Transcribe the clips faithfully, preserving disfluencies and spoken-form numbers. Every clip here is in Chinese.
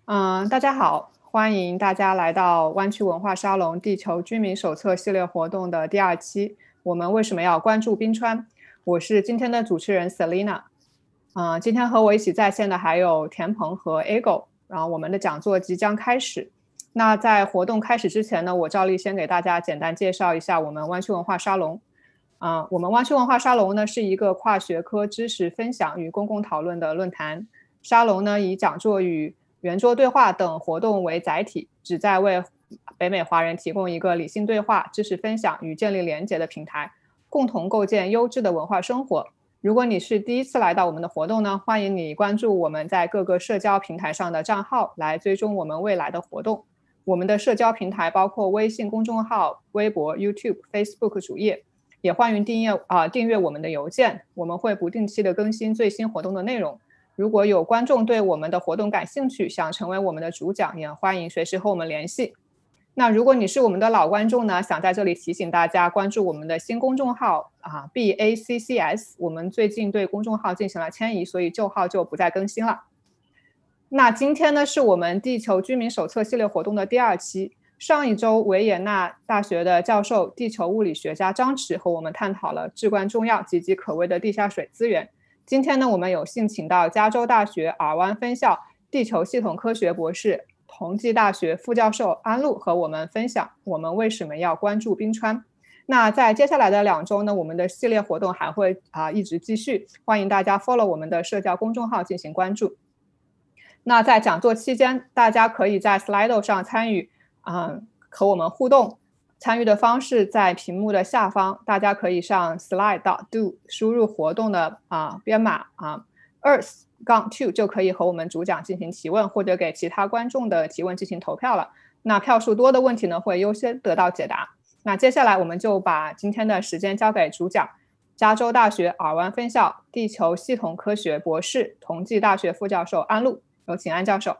嗯，大家好，欢迎大家来到湾区文化沙龙地球居民手册系列活动的第二期。我们为什么要关注冰川？我是今天的主持人 Selina。嗯，今天和我一起在线的还有田鹏和 Ego。然后我们的讲座即将开始。那在活动开始之前呢，我照例先给大家简单介绍一下我们湾区文化沙龙。嗯，我们湾区文化沙龙呢是一个跨学科知识分享与公共讨论的论坛。沙龙呢以讲座与圆桌对话等活动为载体，旨在为北美华人提供一个理性对话、知识分享与建立连结的平台，共同构建优质的文化生活。如果你是第一次来到我们的活动呢，欢迎你关注我们在各个社交平台上的账号，来追踪我们未来的活动。我们的社交平台包括微信公众号、微博、YouTube、Facebook 主页，也欢迎订阅啊、呃、订阅我们的邮件，我们会不定期的更新最新活动的内容。如果有观众对我们的活动感兴趣，想成为我们的主讲，也欢迎随时和我们联系。那如果你是我们的老观众呢，想在这里提醒大家关注我们的新公众号啊 B A C C S， 我们最近对公众号进行了迁移，所以旧号就不再更新了。那今天呢，是我们地球居民手册系列活动的第二期。上一周，维也纳大学的教授、地球物理学家张弛和我们探讨了至关重要、岌岌可危的地下水资源。今天呢，我们有幸请到加州大学尔湾分校地球系统科学博士、同济大学副教授安陆和我们分享我们为什么要关注冰川。那在接下来的两周呢，我们的系列活动还会啊一直继续，欢迎大家 follow 我们的社交公众号进行关注。那在讲座期间，大家可以在 Slido 上参与，嗯，和我们互动。参与的方式在屏幕的下方，大家可以上 slide dot do 输入活动的啊编码啊 earth 杠 two 就可以和我们主讲进行提问，或者给其他观众的提问进行投票了。那票数多的问题呢，会优先得到解答。那接下来我们就把今天的时间交给主讲，加州大学尔湾分校地球系统科学博士、同济大学副教授安陆，有请安教授。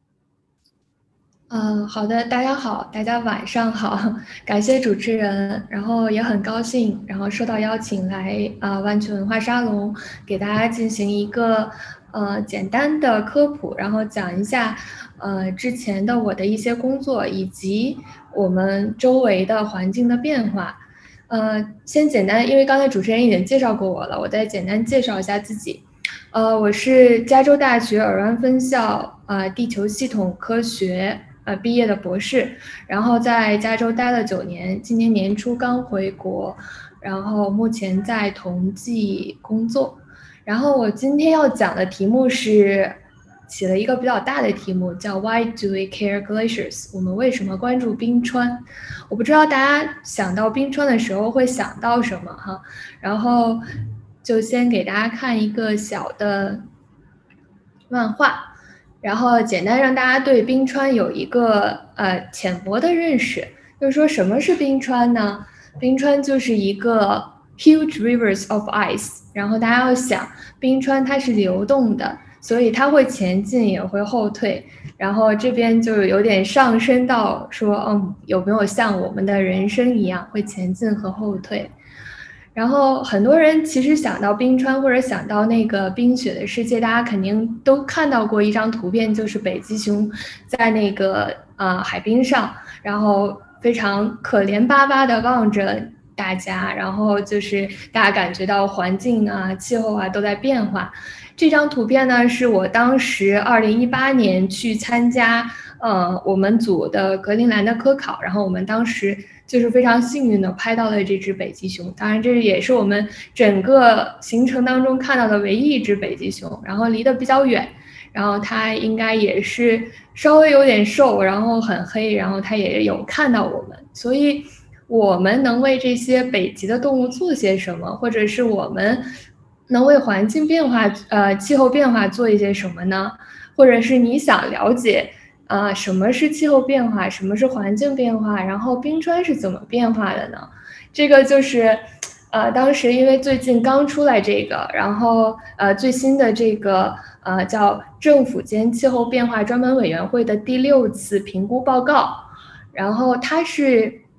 嗯，好的，大家好，大家晚上好，感谢主持人，然后也很高兴，然后受到邀请来啊、呃、湾区文化沙龙，给大家进行一个呃简单的科普，然后讲一下呃之前的我的一些工作以及我们周围的环境的变化。呃，先简单，因为刚才主持人已经介绍过我了，我再简单介绍一下自己。呃，我是加州大学尔湾分校啊、呃、地球系统科学。呃，毕业的博士，然后在加州待了九年，今年年初刚回国，然后目前在同济工作。然后我今天要讲的题目是起了一个比较大的题目，叫 Why do we care glaciers？ 我们为什么关注冰川？我不知道大家想到冰川的时候会想到什么哈，然后就先给大家看一个小的漫画。然后简单让大家对冰川有一个呃浅薄的认识，就是说什么是冰川呢？冰川就是一个 huge rivers of ice， 然后大家要想，冰川它是流动的，所以它会前进也会后退，然后这边就有点上升到说，嗯，有没有像我们的人生一样会前进和后退？然后很多人其实想到冰川或者想到那个冰雪的世界，大家肯定都看到过一张图片，就是北极熊在那个呃海冰上，然后非常可怜巴巴的望着大家，然后就是大家感觉到环境啊、气候啊都在变化。这张图片呢，是我当时二零一八年去参加呃我们组的格陵兰的科考，然后我们当时就是非常幸运的拍到了这只北极熊，当然这也是我们整个行程当中看到的唯一一只北极熊，然后离得比较远，然后它应该也是稍微有点瘦，然后很黑，然后它也有看到我们，所以我们能为这些北极的动物做些什么，或者是我们能为环境变化呃气候变化做一些什么呢？或者是你想了解啊、呃，什么是气候变化，什么是环境变化，然后冰川是怎么变化的呢？这个就是呃当时因为最近刚出来这个，然后呃最新的这个呃叫政府间气候变化专门委员会的第六次评估报告，然后它是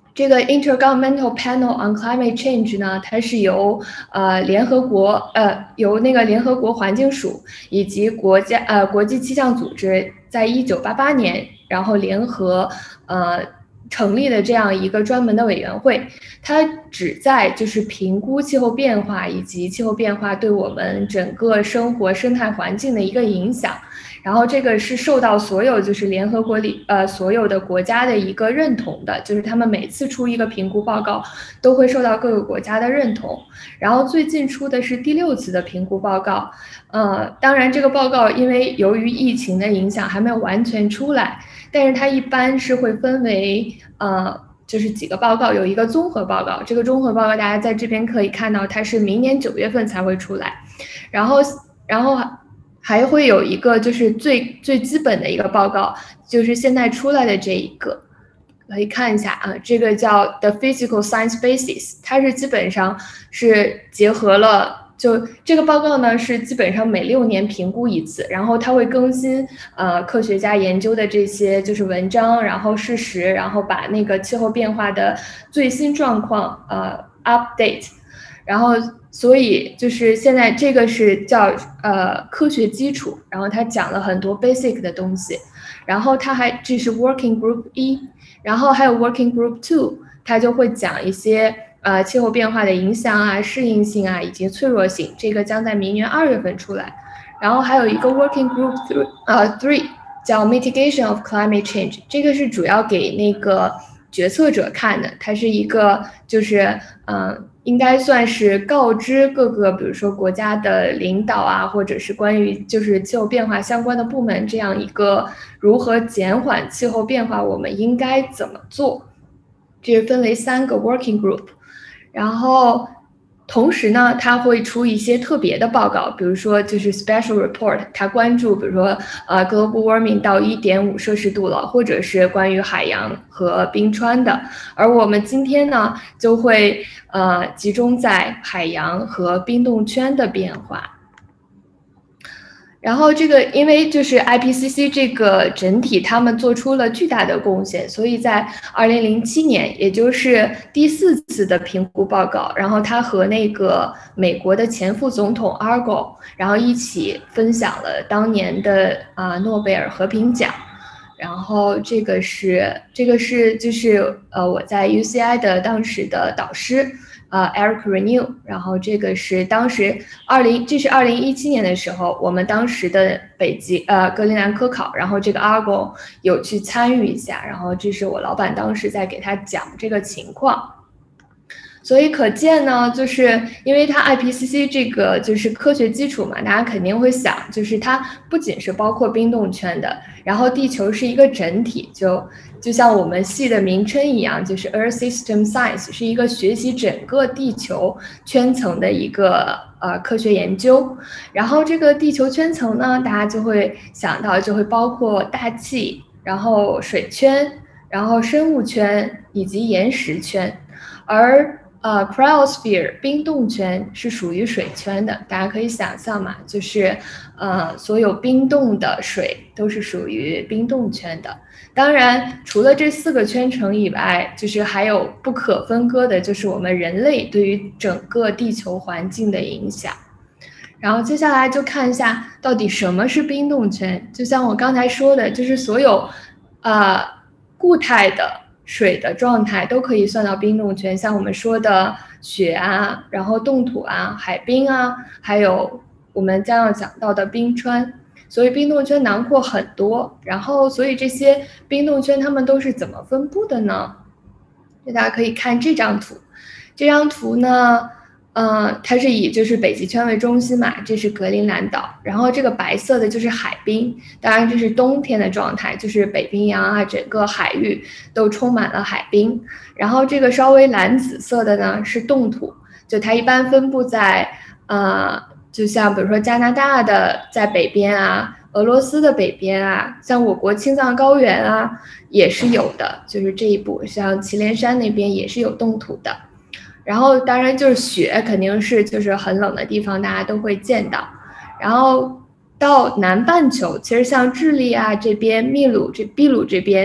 这个 Intergovernmental Panel on Climate Change 呢，它是由呃联合国呃由那个联合国环境署以及国家呃国际气象组织在一九八八年然后联合呃成立的这样一个专门的委员会，它旨在就是评估气候变化以及气候变化对我们整个生活生态环境的一个影响。然后这个是受到所有就是联合国里呃所有的国家的一个认同的，就是他们每次出一个评估报告都会受到各个国家的认同。然后最近出的是第六次的评估报告，呃，当然这个报告因为由于疫情的影响还没有完全出来，但是它一般是会分为呃就是几个报告，有一个综合报告，这个综合报告大家在这边可以看到，它是明年九月份才会出来，然后然后。还会有一个就是最最基本的一个报告，就是现在出来的这一个，可以看一下啊，这个叫 The Physical Science Basis， 它是基本上是结合了，就这个报告呢是基本上每六年评估一次，然后它会更新呃科学家研究的这些就是文章，然后事实，然后把那个气候变化的最新状况呃 update， 然后。所以就是现在这个是叫呃科学基础，然后它讲了很多 basic 的东西，然后它还这是 working group 一，然后还有 working group two， 它就会讲一些呃气候变化的影响啊、适应性啊以及脆弱性，这个将在明年二月份出来，然后还有一个 working group three 呃 three 叫 mitigation of climate change， 这个是主要给那个决策者看的，它是一个就是嗯。呃应该算是告知各个，比如说国家的领导啊，或者是关于就是气候变化相关的部门，这样一个如何减缓气候变化，我们应该怎么做？这是分为三个 working group， 然后同时呢，它会出一些特别的报告，比如说就是 special report， 它关注比如说呃 global warming 到 一点五 摄氏度了，或者是关于海洋和冰川的。而我们今天呢，就会呃集中在海洋和冰冻圈的变化。然后这个因为就是 I P C C 这个整体他们做出了巨大的贡献，所以在二零零七年，也就是第四次的评估报告，然后他和那个美国的前副总统 Al Gore， 然后一起分享了当年的啊、呃、诺贝尔和平奖。然后这个是这个是就是呃我在 U C I 的当时的导师。呃 Eric Renew， 然后这个是当时二零，这是二零一七年的时候，我们当时的北极呃格陵兰科考，然后这个 Argo 有去参与一下，然后这是我老板当时在给他讲这个情况。所以可见呢，就是因为它 I P C C 这个就是科学基础嘛，大家肯定会想，就是它不仅是包括冰冻圈的，然后地球是一个整体，就就像我们系的名称一样，就是 Earth System Science 是一个学习整个地球圈层的一个呃科学研究。然后这个地球圈层呢，大家就会想到就会包括大气，然后水圈，然后生物圈以及岩石圈，而呃 cryosphere 冰冻圈是属于水圈的，大家可以想象嘛，就是呃所有冰冻的水都是属于冰冻圈的。当然除了这四个圈层以外，就是还有不可分割的，就是我们人类对于整个地球环境的影响。然后接下来就看一下到底什么是冰冻圈。就像我刚才说的，就是所有呃固态的水的状态都可以算到冰冻圈，像我们说的雪啊，然后冻土啊，海冰啊，还有我们将要讲到的冰川。所以冰冻圈囊括很多，然后所以这些冰冻圈它们都是怎么分布的呢？大家可以看这张图，这张图呢呃，它是以就是北极圈为中心嘛，这是格陵兰岛，然后这个白色的就是海冰，当然这是冬天的状态，就是北冰洋啊，整个海域都充满了海冰。然后这个稍微蓝紫色的呢是冻土，就它一般分布在呃，就像比如说加拿大的在北边啊，俄罗斯的北边啊，像我国青藏高原啊也是有的，就是这一步，像祁连山那边也是有冻土的。然后当然就是雪肯定是就是很冷的地方大家都会见到，然后到南半球其实像智利啊这边秘鲁这秘鲁这边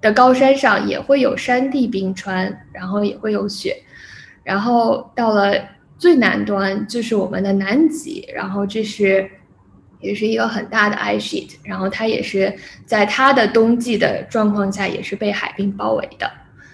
的高山上也会有山地冰川，然后也会有雪，然后到了最南端就是我们的南极，然后这是也是一个很大的 ice sheet， 然后它也是在它的冬季的状况下也是被海冰包围的。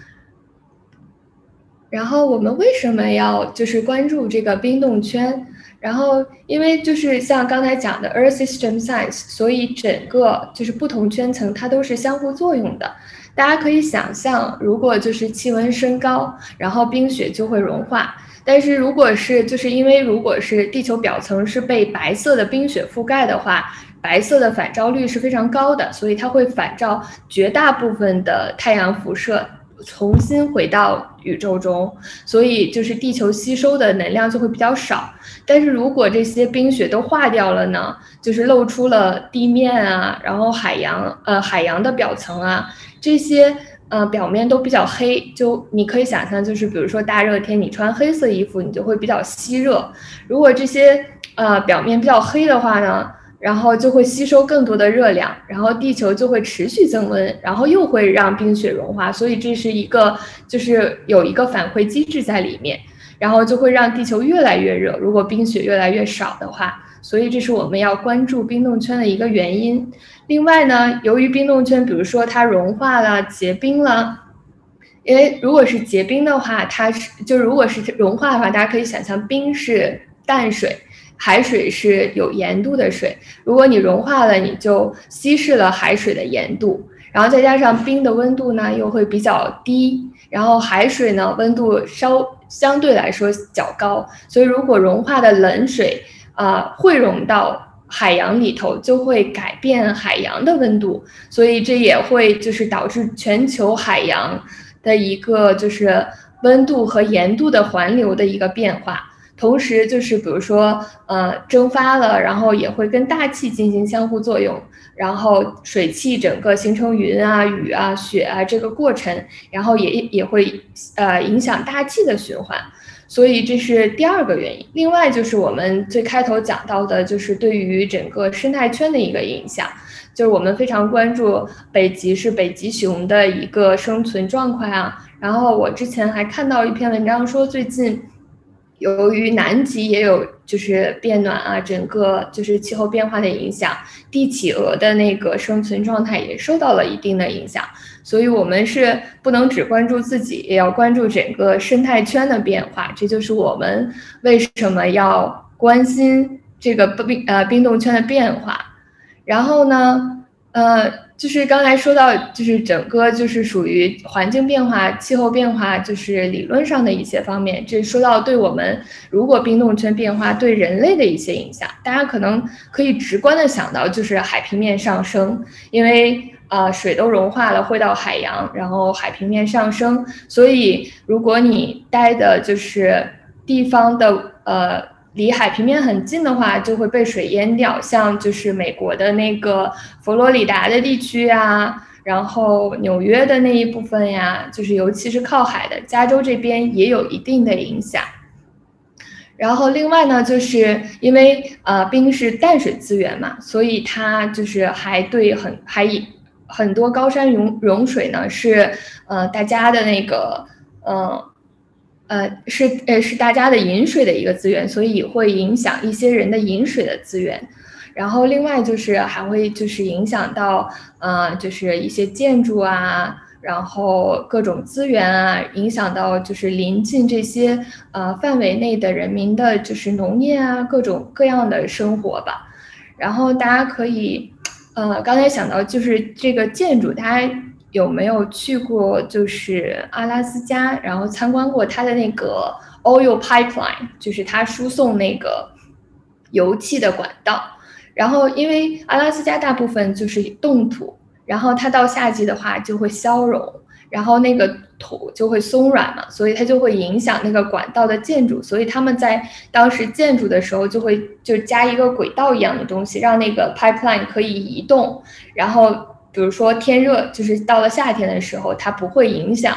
然后我们为什么要就是关注这个冰冻圈？然后因为就是像刚才讲的 Earth System Science， 所以整个就是不同圈层它都是相互作用的。大家可以想象，如果就是气温升高，然后冰雪就会融化。但是如果是就是因为如果是地球表层是被白色的冰雪覆盖的话，白色的反照率是非常高的，所以它会反照绝大部分的太阳辐射，重新回到宇宙中，所以就是地球吸收的能量就会比较少。但是如果这些冰雪都化掉了呢，就是露出了地面啊，然后海洋呃海洋的表层啊，这些呃表面都比较黑，就你可以想象，就是比如说大热天你穿黑色衣服，你就会比较吸热。如果这些呃表面比较黑的话呢，然后就会吸收更多的热量，然后地球就会持续增温，然后又会让冰雪融化，所以这是一个就是有一个反馈机制在里面，然后就会让地球越来越热，如果冰雪越来越少的话，所以这是我们要关注冰冻圈的一个原因。另外呢，由于冰冻圈比如说它融化了结冰了，因为如果是结冰的话，它是就如果是融化的话，大家可以想象冰是淡水，海水是有盐度的水，如果你融化了，你就稀释了海水的盐度，然后再加上冰的温度呢又会比较低，然后海水呢温度稍相对来说较高，所以如果融化的冷水啊、呃、汇融到海洋里头，就会改变海洋的温度，所以这也会就是导致全球海洋的一个就是温度和盐度的环流的一个变化。同时就是比如说呃蒸发了，然后也会跟大气进行相互作用，然后水汽整个形成云啊雨啊雪啊这个过程，然后也也会呃影响大气的循环，所以这是第二个原因。另外就是我们最开头讲到的就是对于整个生态圈的一个影响，就是我们非常关注北极是北极熊的一个生存状况啊，然后我之前还看到一篇文章说最近由于南极也有就是变暖啊，整个就是气候变化的影响，帝企鹅的那个生存状态也受到了一定的影响，所以我们是不能只关注自己，也要关注整个生态圈的变化，这就是我们为什么要关心这个冰呃冰冻圈的变化。然后呢，呃。就是刚才说到，就是整个就是属于环境变化、气候变化，就是理论上的一些方面。这说到对我们如果冰冻圈变化对人类的一些影响，大家可能可以直观的想到就是海平面上升，因为呃水都融化了，会到海洋，然后海平面上升，所以如果你待的就是地方的呃。离海平面很近的话就会被水淹掉，像就是美国的那个佛罗里达的地区啊，然后纽约的那一部分呀，就是尤其是靠海的加州这边也有一定的影响。然后另外呢，就是因为呃冰是淡水资源嘛，所以它就是还对很还很多高山融融水呢是呃大家的那个呃呃，是呃是大家的饮水的一个资源，所以会影响一些人的饮水的资源。然后另外就是还会就是影响到呃就是一些建筑啊，然后各种资源啊，影响到就是临近这些呃范围内的人民的就是农业啊，各种各样的生活吧。然后大家可以呃刚才想到就是这个建筑，大家有没有去过就是阿拉斯加，然后参观过它的那个 oil pipeline， 就是它输送那个油气的管道。然后因为阿拉斯加大部分就是冻土，然后它到夏季的话就会消融，然后那个土就会松软嘛，所以它就会影响那个管道的建筑，所以他们在当时建筑的时候就会就加一个轨道一样的东西，让那个 pipeline 可以移动，然后比如说天热，就是到了夏天的时候，它不会影响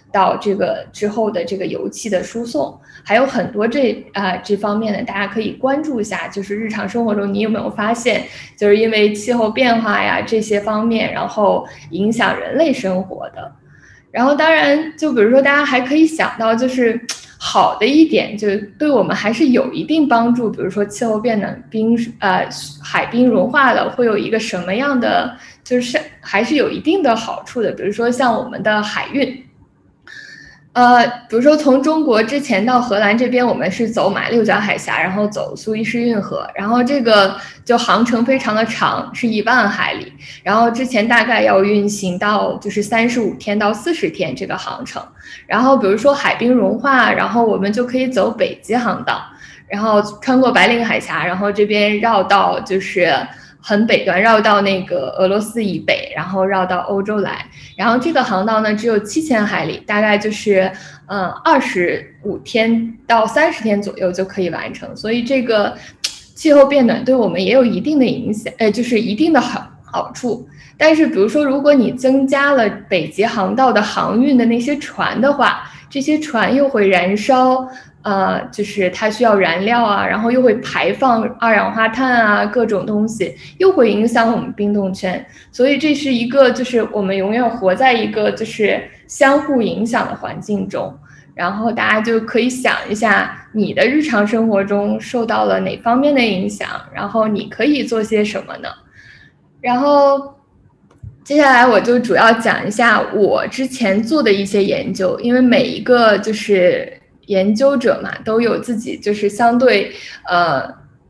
到这个之后的这个油气的输送，还有很多这啊、呃、这方面的大家可以关注一下，就是日常生活中你有没有发现，就是因为气候变化呀这些方面，然后影响人类生活的。然后当然就比如说大家还可以想到就是好的一点，就对我们还是有一定帮助，比如说气候变暖，冰呃海冰融化了会有一个什么样的，就是还是有一定的好处的，比如说像我们的海运。呃，比如说从中国之前到荷兰这边，我们是走马六甲海峡，然后走苏伊士运河，然后这个就航程非常的长，是一万海里，然后之前大概要运行到就是三十五天到四十天这个航程，然后比如说海冰融化，然后我们就可以走北极航道，然后穿过白令海峡，然后这边绕到就是很北端，绕到那个俄罗斯以北，然后绕到欧洲来。然后这个航道呢只有七千海里，大概就是嗯二十五天到三十天左右就可以完成。所以这个气候变暖对我们也有一定的影响，呃，就是一定的好好处。但是比如说，如果你增加了北极航道的航运的那些船的话，这些船又会燃烧。呃，就是它需要燃料啊，然后又会排放二氧化碳啊，各种东西又会影响我们冰冻圈，所以这是一个就是我们永远活在一个就是相互影响的环境中，然后大家就可以想一下你的日常生活中受到了哪方面的影响，然后你可以做些什么呢？然后接下来我就主要讲一下我之前做的一些研究，因为每一个就是研究者嘛，都有自己就是相对呃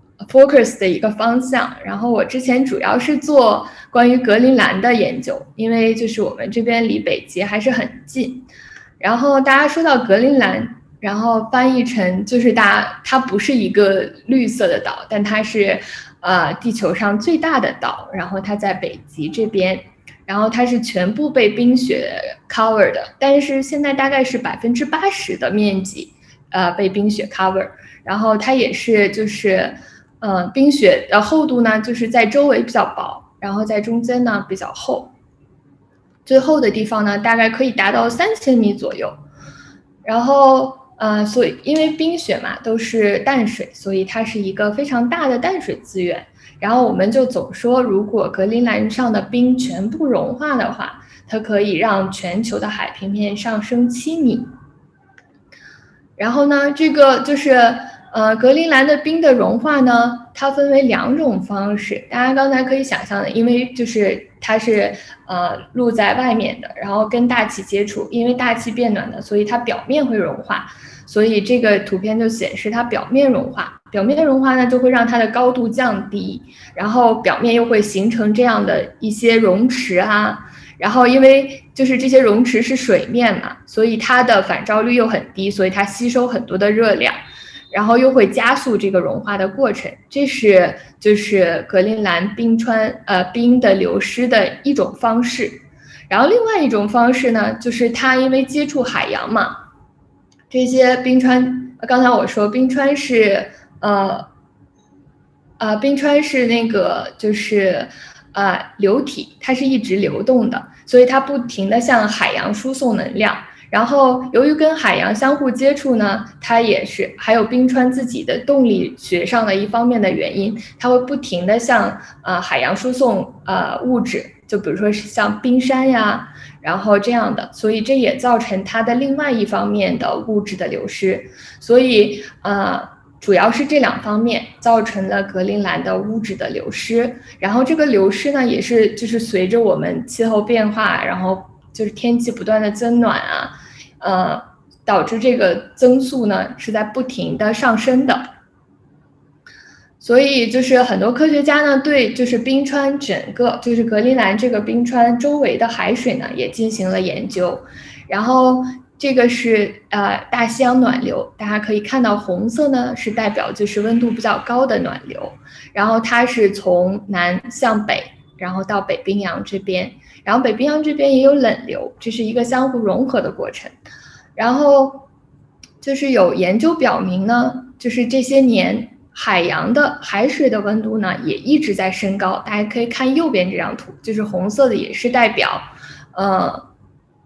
focus 的一个方向。然后我之前主要是做关于格陵兰的研究，因为就是我们这边离北极还是很近。然后大家说到格陵兰，然后翻译成就是大家它不是一个绿色的岛，但它是呃地球上最大的岛，然后它在北极这边。然后它是全部被冰雪 cover 的，但是现在大概是百分之八十的面积，呃，被冰雪 cover。然后它也是就是，呃，冰雪的厚度呢，就是在周围比较薄，然后在中间呢比较厚，最厚的地方呢大概可以达到三千米左右。然后呃，所以因为冰雪嘛都是淡水，所以它是一个非常大的淡水资源。然后我们就总说，如果格陵兰上的冰全部融化的话，它可以让全球的海平面上升七米。然后呢，这个就是呃格陵兰的冰的融化呢，它分为两种方式。大家刚才可以想象的，因为就是它是呃露在外面的，然后跟大气接触，因为大气变暖的，所以它表面会融化。所以这个图片就显示它表面融化，表面融化呢就会让它的高度降低，然后表面又会形成这样的一些溶池啊，然后因为就是这些溶池是水面嘛，所以它的反照率又很低，所以它吸收很多的热量，然后又会加速这个融化的过程。这是就是格陵兰冰川呃冰的流失的一种方式。然后另外一种方式呢，就是它因为接触海洋嘛。这些冰川，刚才我说冰川是呃呃冰川是那个就是呃流体，它是一直流动的，所以它不停地向海洋输送能量。然后由于跟海洋相互接触呢，它也是还有冰川自己的动力学上的一方面的原因，它会不停地向呃海洋输送呃物质，就比如说是像冰山呀。然后这样的，所以这也造成它的另外一方面的物质的流失，所以呃，主要是这两方面造成了格陵兰的物质的流失。然后这个流失呢，也是就是随着我们气候变化，然后就是天气不断的增暖啊，呃，导致这个增速呢是在不停的上升的。所以就是很多科学家呢，对就是冰川整个就是格陵兰这个冰川周围的海水呢，也进行了研究。然后这个是呃大西洋暖流，大家可以看到红色呢是代表就是温度比较高的暖流，然后它是从南向北，然后到北冰洋这边，然后北冰洋这边也有冷流，这是一个相互融合的过程。然后就是有研究表明呢，就是这些年。海洋的海水的温度呢也一直在升高，大家可以看右边这张图，就是红色的也是代表呃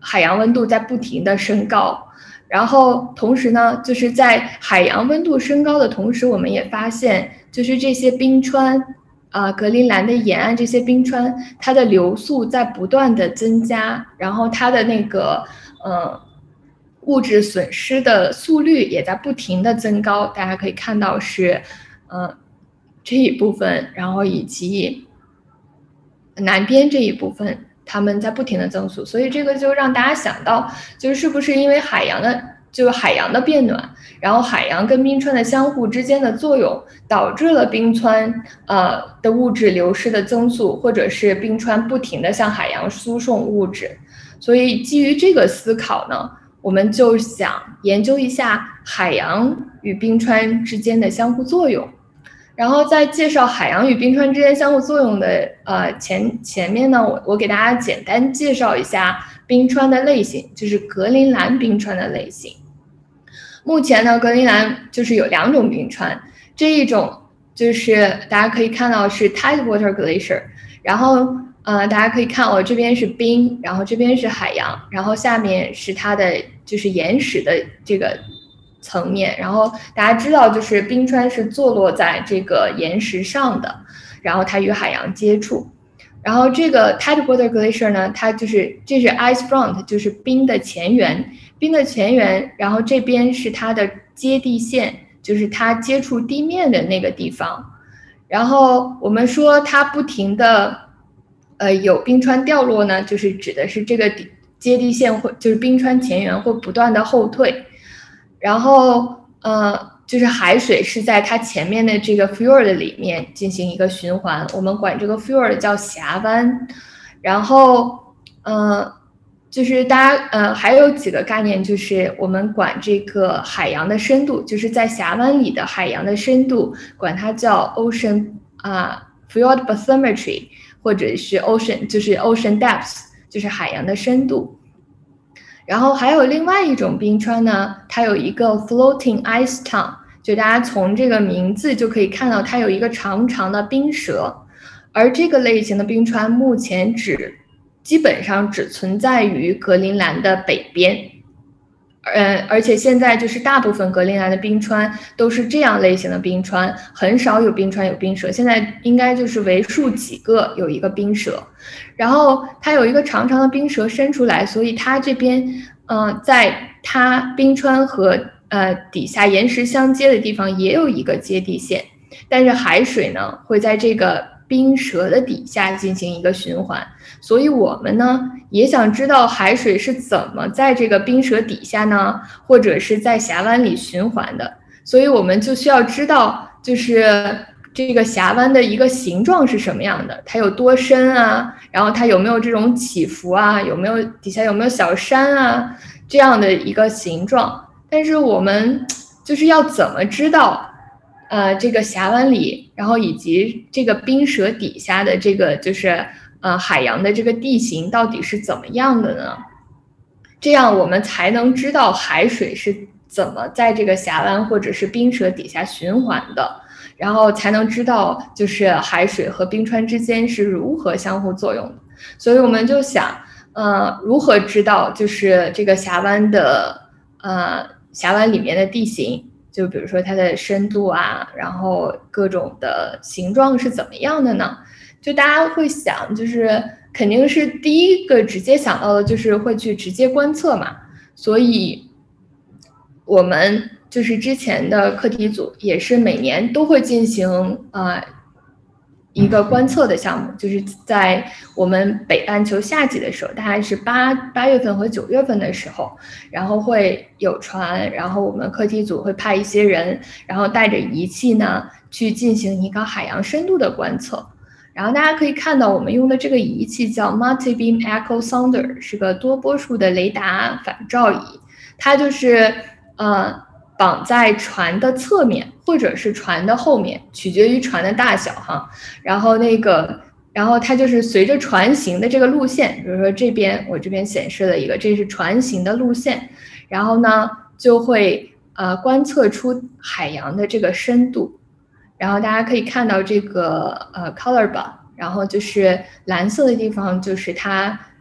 海洋温度在不停的升高。然后同时呢，就是在海洋温度升高的同时，我们也发现，就是这些冰川，啊、呃，格陵兰的沿岸这些冰川，它的流速在不断的增加，然后它的那个呃物质损失的速率也在不停的增高。大家可以看到是，呃，这一部分，然后以及南边这一部分。它们在不停的增速，所以这个就让大家想到，就是不是因为海洋的，就是海洋的变暖，然后海洋跟冰川的相互之间的作用，导致了冰川呃的物质流失的增速，或者是冰川不停的向海洋输送物质。所以基于这个思考呢，我们就想研究一下海洋与冰川之间的相互作用。然后在介绍海洋与冰川之间相互作用的呃前前面呢，我我给大家简单介绍一下冰川的类型，就是格陵兰冰川的类型。目前呢，格陵兰就是有两种冰川，这一种就是大家可以看到是 Tidewater Glacier， 然后呃大家可以看我这边是冰，然后这边是海洋，然后下面是它的就是岩石的这个层面，然后大家知道，就是冰川是坐落在这个岩石上的，然后它与海洋接触。然后这个 Tidewater Glacier 呢，它就是这是 ice front， 就是冰的前缘，冰的前缘，然后这边是它的接地线，就是它接触地面的那个地方。然后我们说它不停的呃有冰川掉落呢，就是指的是这个接地线会就是冰川前缘会不断的后退。然后，呃，就是海水是在它前面的这个 fjord 里面进行一个循环，我们管这个 fjord 叫峡湾。然后，呃，就是大家呃还有几个概念，就是我们管这个海洋的深度，就是在峡湾里的海洋的深度，管它叫 ocean 啊、呃、fjord bathymetry， 或者是 ocean 就是 ocean depth， 就是海洋的深度。然后还有另外一种冰川呢，它有一个 floating ice tongue， 就大家从这个名字就可以看到它有一个长长的冰舌，而这个类型的冰川目前只基本上只存在于格陵兰的北边，呃，而且现在就是大部分格陵兰的冰川都是这样类型的冰川，很少有冰川有冰舌，现在应该就是为数几个有一个冰舌。然后它有一个长长的冰舌伸出来，所以它这边，嗯、呃，在它冰川和呃底下岩石相接的地方也有一个接地线，但是海水呢会在这个冰舌的底下进行一个循环，所以我们呢也想知道海水是怎么在这个冰舌底下呢，或者是在峡湾里循环的，所以我们就需要知道就是这个峡湾的一个形状是什么样的，它有多深啊，然后它有没有这种起伏啊，有没有底下有没有小山啊，这样的一个形状。但是我们就是要怎么知道呃这个峡湾里，然后以及这个冰舌底下的这个就是呃海洋的这个地形到底是怎么样的呢？这样我们才能知道海水是怎么在这个峡湾或者是冰舌底下循环的，然后才能知道就是海水和冰川之间是如何相互作用的。所以我们就想呃如何知道就是这个峡湾的呃峡湾里面的地形，就比如说它的深度啊，然后各种的形状是怎么样的呢？就大家会想，就是肯定是第一个直接想到的就是会去直接观测嘛，所以我们就是之前的课题组也是每年都会进行呃一个观测的项目，就是在我们北半球夏季的时候，大概是八八月份和九月份的时候，然后会有船，然后我们课题组会派一些人，然后带着仪器呢去进行一个海洋深度的观测。然后大家可以看到我们用的这个仪器叫 Multi-beam Echo Sounder， 是个多波束的雷达反照仪，它就是呃绑在船的侧面或者是船的后面，取决于船的大小哈。然后那个，然后它就是随着船行的这个路线，比如说这边我这边显示了一个，这是船行的路线，然后呢就会呃观测出海洋的这个深度。然后大家可以看到这个呃 color bar， 然后就是蓝色的地方就是它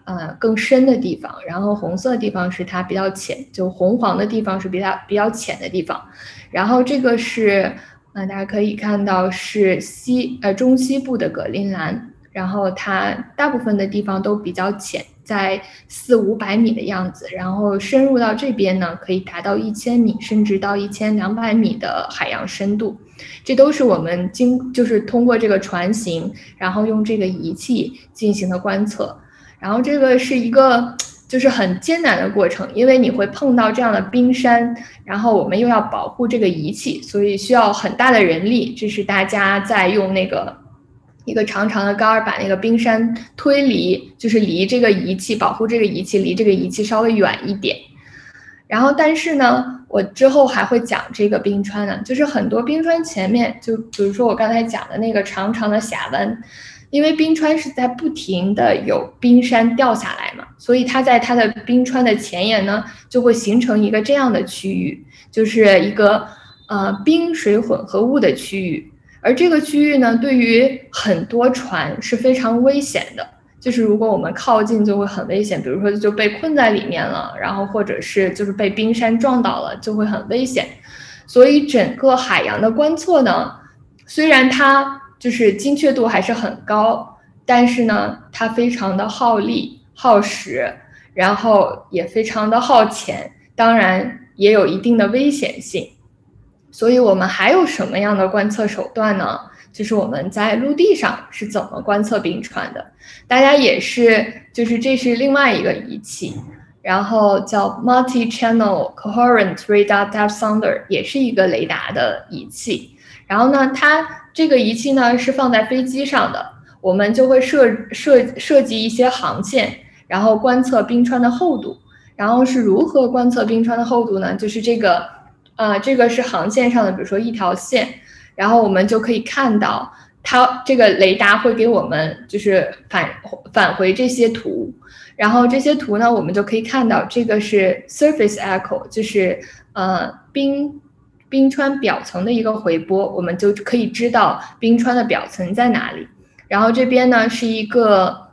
呃更深的地方，然后红色的地方是它比较浅，就红黄的地方是比较比较浅的地方。然后这个是呃大家可以看到是西呃中西部的格陵兰，然后它大部分的地方都比较浅，在四五百米的样子，然后深入到这边呢，可以达到一千米，甚至到一千两百米的海洋深度。这都是我们经就是通过这个船型，然后用这个仪器进行的观测。然后这个是一个就是很艰难的过程，因为你会碰到这样的冰山，然后我们又要保护这个仪器，所以需要很大的人力。这是大家在用那个一个长长的杆儿把那个冰山推离，就是离这个仪器保护这个仪器离这个仪器稍微远一点。然后但是呢，我之后还会讲这个冰川呢，就是很多冰川前面，就比如说我刚才讲的那个长长的峡湾，因为冰川是在不停的有冰山掉下来嘛，所以它在它的冰川的前沿呢，就会形成一个这样的区域，就是一个呃冰水混合物的区域。而这个区域呢，对于很多船是非常危险的，就是如果我们靠近就会很危险，比如说就被困在里面了，然后或者是就是被冰山撞倒了，就会很危险。所以整个海洋的观测呢，虽然它就是精确度还是很高，但是呢，它非常的耗力、耗时，然后也非常的耗钱，当然也有一定的危险性。所以我们还有什么样的观测手段呢？就是我们在陆地上是怎么观测冰川的？大家也是，就是这是另外一个仪器，然后叫 Multi-Channel Coherent Radar Depth Sounder， 也是一个雷达的仪器。然后呢，它这个仪器呢是放在飞机上的，我们就会设设设计一些航线，然后观测冰川的厚度。然后是如何观测冰川的厚度呢？就是这个。啊、呃，这个是航线上的，比如说一条线，然后我们就可以看到它这个雷达会给我们就是返返回这些图，然后这些图呢，我们就可以看到这个是 surface echo， 就是呃冰冰川表层的一个回波，我们就可以知道冰川的表层在哪里。然后这边呢是一个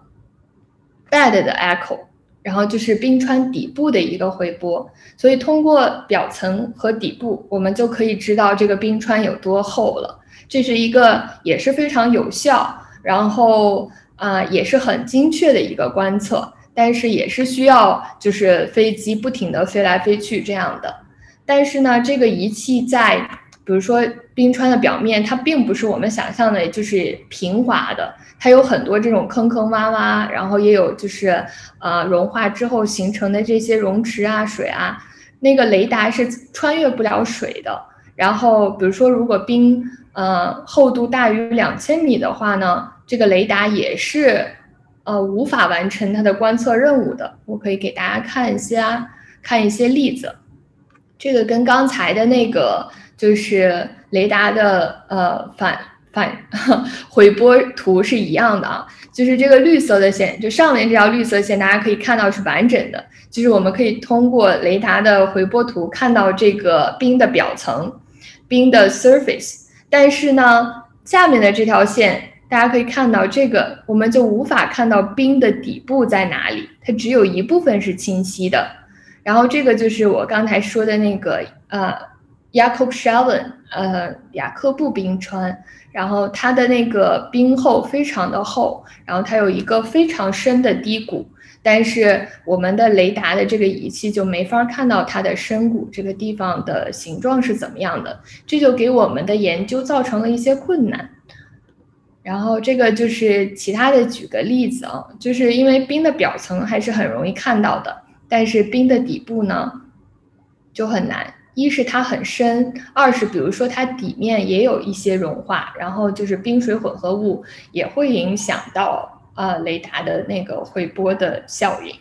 bed 的 echo。然后就是冰川底部的一个回波，所以通过表层和底部，我们就可以知道这个冰川有多厚了。这是一个也是非常有效，然后啊、呃、也是很精确的一个观测，但是也是需要就是飞机不停地飞来飞去这样的。但是呢，这个仪器在比如说冰川的表面，它并不是我们想象的就是平滑的，它有很多这种坑坑洼洼，然后也有就是呃融化之后形成的这些溶池啊、水啊，那个雷达是穿越不了水的。然后比如说如果冰呃厚度大于两千米的话呢，这个雷达也是呃无法完成它的观测任务的。我可以给大家看一些啊，看一些例子。这个跟刚才的那个就是雷达的呃反反回波图是一样的啊，就是这个绿色的线，就上面这条绿色线，大家可以看到是完整的，就是我们可以通过雷达的回波图看到这个冰的表层，冰的 surface， 但是呢，下面的这条线，大家可以看到这个，我们就无法看到冰的底部在哪里，它只有一部分是清晰的。然后这个就是我刚才说的那个呃 Jakobshavn 呃雅克布冰川，然后它的那个冰厚非常的厚，然后它有一个非常深的低谷，但是我们的雷达的这个仪器就没法看到它的深谷这个地方的形状是怎么样的，这就给我们的研究造成了一些困难。然后这个就是其他的举个例子啊，就是因为冰的表层还是很容易看到的，但是冰的底部呢就很难，一是它很深，二是比如说它底面也有一些融化，然后就是冰水混合物也会影响到呃雷达的那个回波的效应。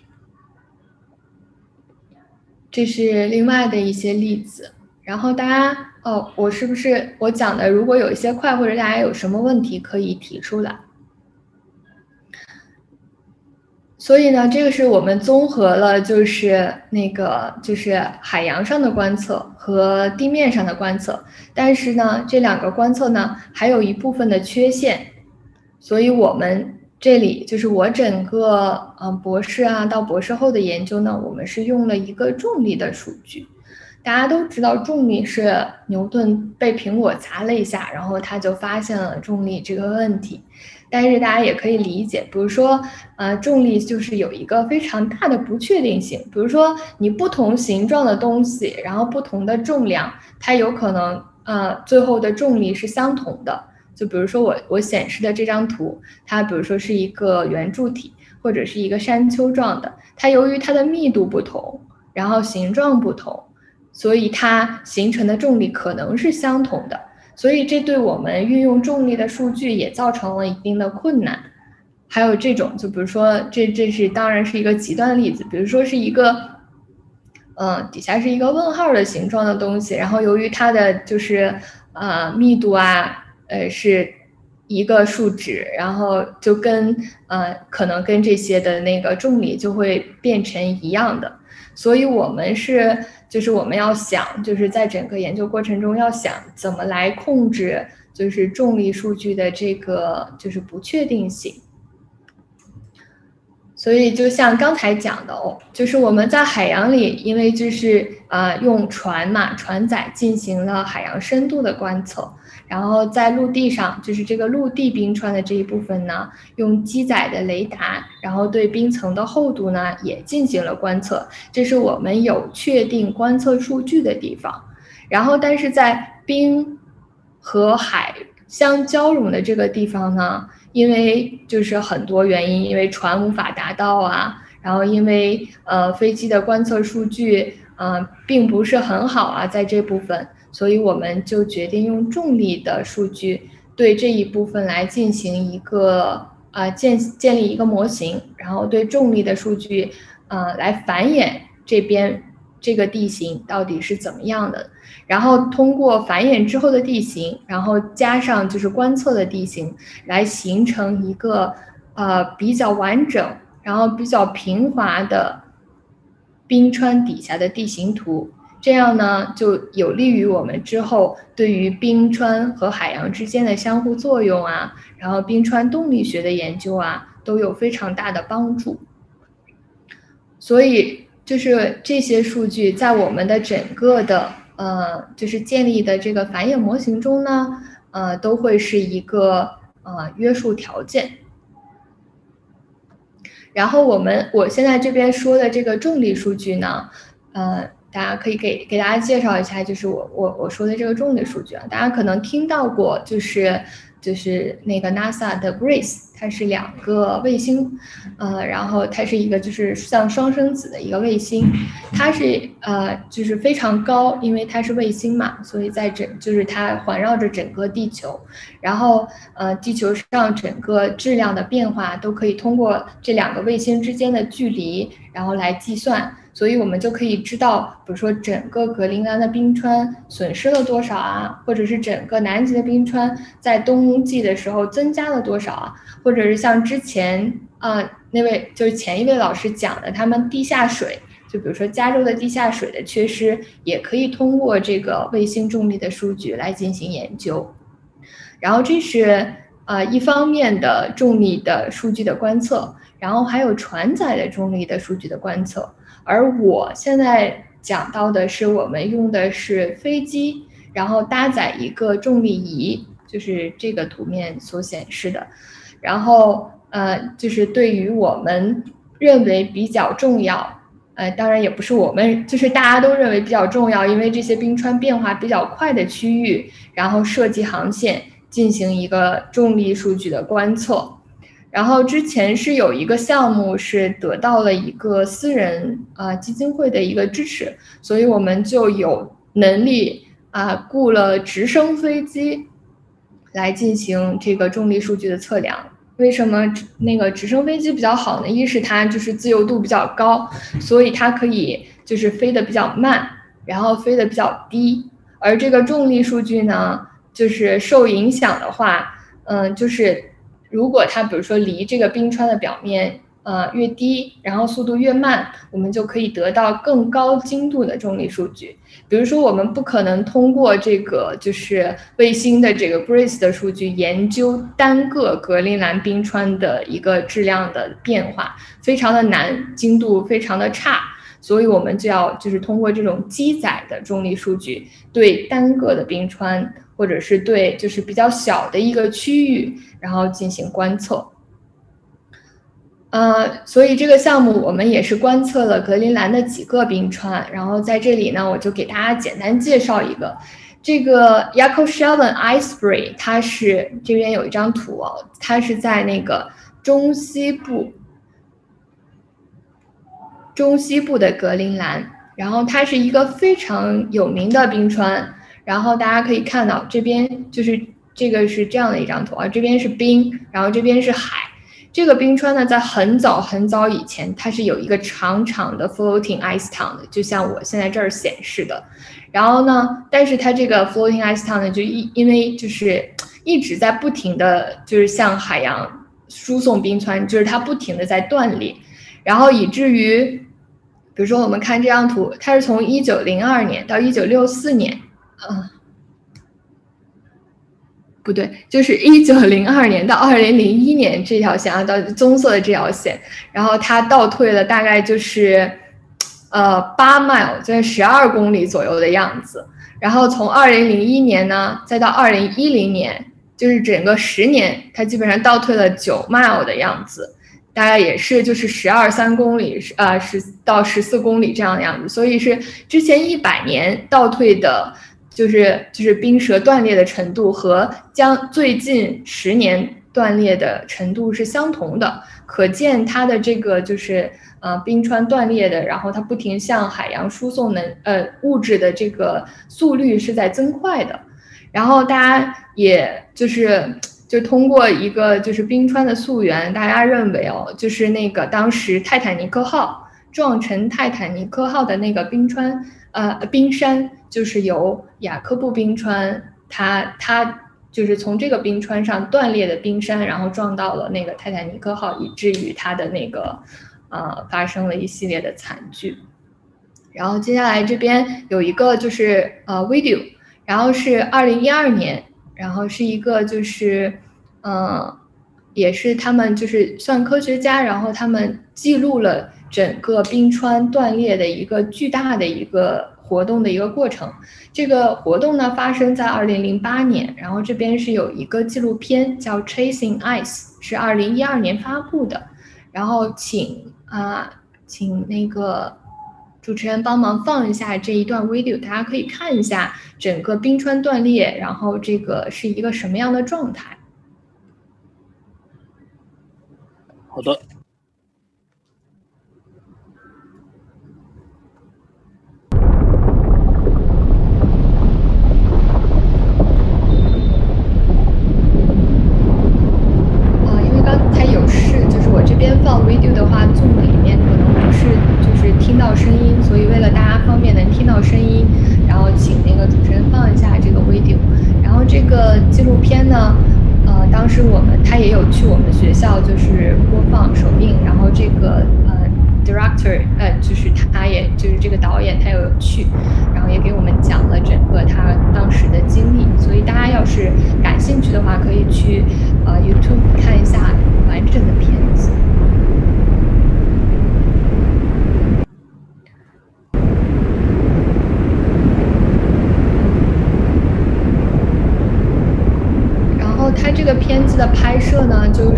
这是另外的一些例子。然后大家哦，我是不是我讲的如果有一些快，或者大家有什么问题可以提出来。所以呢，这个是我们综合了，就是那个就是海洋上的观测和地面上的观测，但是呢，这两个观测呢还有一部分的缺陷，所以我们这里就是我整个嗯、呃、博士啊到博士后的研究呢，我们是用了一个重力的数据。大家都知道重力是牛顿被苹果砸了一下，然后他就发现了重力这个问题。但是大家也可以理解，比如说呃重力就是有一个非常大的不确定性，比如说你不同形状的东西，然后不同的重量，它有可能呃最后的重力是相同的。就比如说我我显示的这张图，它比如说是一个圆柱体或者是一个山丘状的，它由于它的密度不同，然后形状不同，所以它形成的重力可能是相同的。所以这对我们运用重力的数据也造成了一定的困难。还有这种，就比如说这这是当然是一个极端的例子，比如说是一个呃底下是一个问号的形状的东西，然后由于它的就是呃密度啊呃是一个数值，然后就跟呃可能跟这些的那个重力就会变成一样的。所以我们是就是我们要想就是在整个研究过程中要想怎么来控制就是重力数据的这个就是不确定性。所以就像刚才讲的哦，就是我们在海洋里，因为就是呃用船嘛，船载进行了海洋深度的观测，然后在陆地上，就是这个陆地冰川的这一部分呢，用机载的雷达，然后对冰层的厚度呢也进行了观测，这是我们有确定观测数据的地方。然后但是在冰和海相交融的这个地方呢，因为就是很多原因，因为船无法达到啊，然后因为呃飞机的观测数据呃并不是很好啊，在这部分，所以我们就决定用重力的数据对这一部分来进行一个呃建建立一个模型，然后对重力的数据呃来繁衍这边这个地形到底是怎么样的。然后通过繁衍之后的地形，然后加上就是观测的地形，来形成一个呃比较完整，然后比较平滑的冰川底下的地形图。这样呢，就有利于我们之后对于冰川和海洋之间的相互作用啊，然后冰川动力学的研究啊，都有非常大的帮助。所以就是这些数据在我们的整个的呃，就是建立的这个繁衍模型中呢，呃，都会是一个呃约束条件。然后我们我现在这边说的这个重力数据呢，呃，大家可以给给大家介绍一下，就是我我我说的这个重力数据啊，大家可能听到过，就是就是那个 NASA 的 Grace。它是两个卫星，呃，然后它是一个就是像双生子的一个卫星，它是呃就是非常高，因为它是卫星嘛，所以在整就是它环绕着整个地球，然后呃地球上整个质量的变化都可以通过这两个卫星之间的距离，然后来计算。所以我们就可以知道，比如说整个格陵兰的冰川损失了多少啊，或者是整个南极的冰川在冬季的时候增加了多少啊，或者是像之前啊、呃、那位就是前一位老师讲的，他们地下水，就比如说加州的地下水的缺失，也可以通过这个卫星重力的数据来进行研究。然后这是呃一方面的重力的数据的观测，然后还有船载的重力的数据的观测。而我现在讲到的是，我们用的是飞机，然后搭载一个重力仪，就是这个图面所显示的。然后呃，就是对于我们认为比较重要，呃，当然也不是我们，就是大家都认为比较重要，因为这些冰川变化比较快的区域，然后设计航线，进行一个重力数据的观测。然后之前是有一个项目是得到了一个私人啊、呃、基金会的一个支持，所以我们就有能力啊、呃、雇了直升飞机来进行这个重力数据的测量。为什么那个直升飞机比较好呢？一是它就是自由度比较高，所以它可以就是飞得比较慢，然后飞得比较低。而这个重力数据呢，就是受影响的话，嗯，就是如果它比如说离这个冰川的表面呃越低，然后速度越慢，我们就可以得到更高精度的重力数据。比如说，我们不可能通过这个就是卫星的这个 GRACE 的数据研究单个格陵兰冰川的一个质量的变化，非常的难，精度非常的差。所以我们就要就是通过这种积载的重力数据，对单个的冰川或者是对就是比较小的一个区域，然后进行观测。呃，所以这个项目我们也是观测了格陵兰的几个冰川，然后在这里呢，我就给大家简单介绍一个，这个 Yakoshevlen Icebreak， 它是这边有一张图哦，它是在那个中西部。中西部的格陵兰，然后它是一个非常有名的冰川，然后大家可以看到这边就是这个是这样的一张图啊，这边是冰，然后这边是海。这个冰川呢，在很早很早以前，它是有一个长长的 floating ice town 的，就像我现在这儿显示的。然后呢，但是它这个 floating ice town 呢，就因因为就是一直在不停的就是向海洋输送冰川，就是它不停的在断裂，然后以至于。比如说，我们看这张图，它是从一九零二年到一九六四年，嗯，不对，就是一九零二年到二零零一年这条线啊，到棕色的这条线，然后它倒退了大概就是呃八 mile， 在十二公里左右的样子。然后从二零零一年呢，再到二零一零年，就是整个十年，它基本上倒退了九 mile 的样子。大概也是就是十二三公里，呃，十到十四公里这样的样子，所以是之前一百年倒退的，就是就是冰舌断裂的程度和将最近十年断裂的程度是相同的，可见它的这个就是呃冰川断裂的，然后它不停向海洋输送能呃物质的这个速率是在增快的，然后大家也就是。就通过一个就是冰川的溯源，大家认为哦，就是那个当时泰坦尼克号撞沉泰坦尼克号的那个冰川，呃，冰山就是由雅科布冰川，它它就是从这个冰川上断裂的冰山，然后撞到了那个泰坦尼克号，以至于它的那个呃发生了一系列的惨剧。然后接下来这边有一个就是呃 video， 然后是二零一二年。然后是一个就是，嗯，也是他们就是算科学家，然后他们记录了整个冰川断裂的一个巨大的一个活动的一个过程。这个活动呢发生在二零零八年，然后这边是有一个纪录片叫《Chasing Ice》，是二零一二年发布的。然后请啊，请那个。主持人帮忙放一下这一段 video， 大家可以看一下整个冰川断裂，然后这个是一个什么样的状态。 好的。 啊，因为刚才有事，就是我这边放 video 的话 ，Zoom 里面可能不是就是听到声音，所以为了大家方便能听到声音，然后请那个主持人放一下这个 video。然后这个纪录片呢，呃，当时我们他也有去我们学校就是播放首映，然后这个呃 director 呃就是他也就是这个导演他有去，然后也给我们讲了整个他当时的经历。所以大家要是感兴趣的话，可以去呃 YouTube 看一下完整的片子。它这个片子的拍摄呢，就是，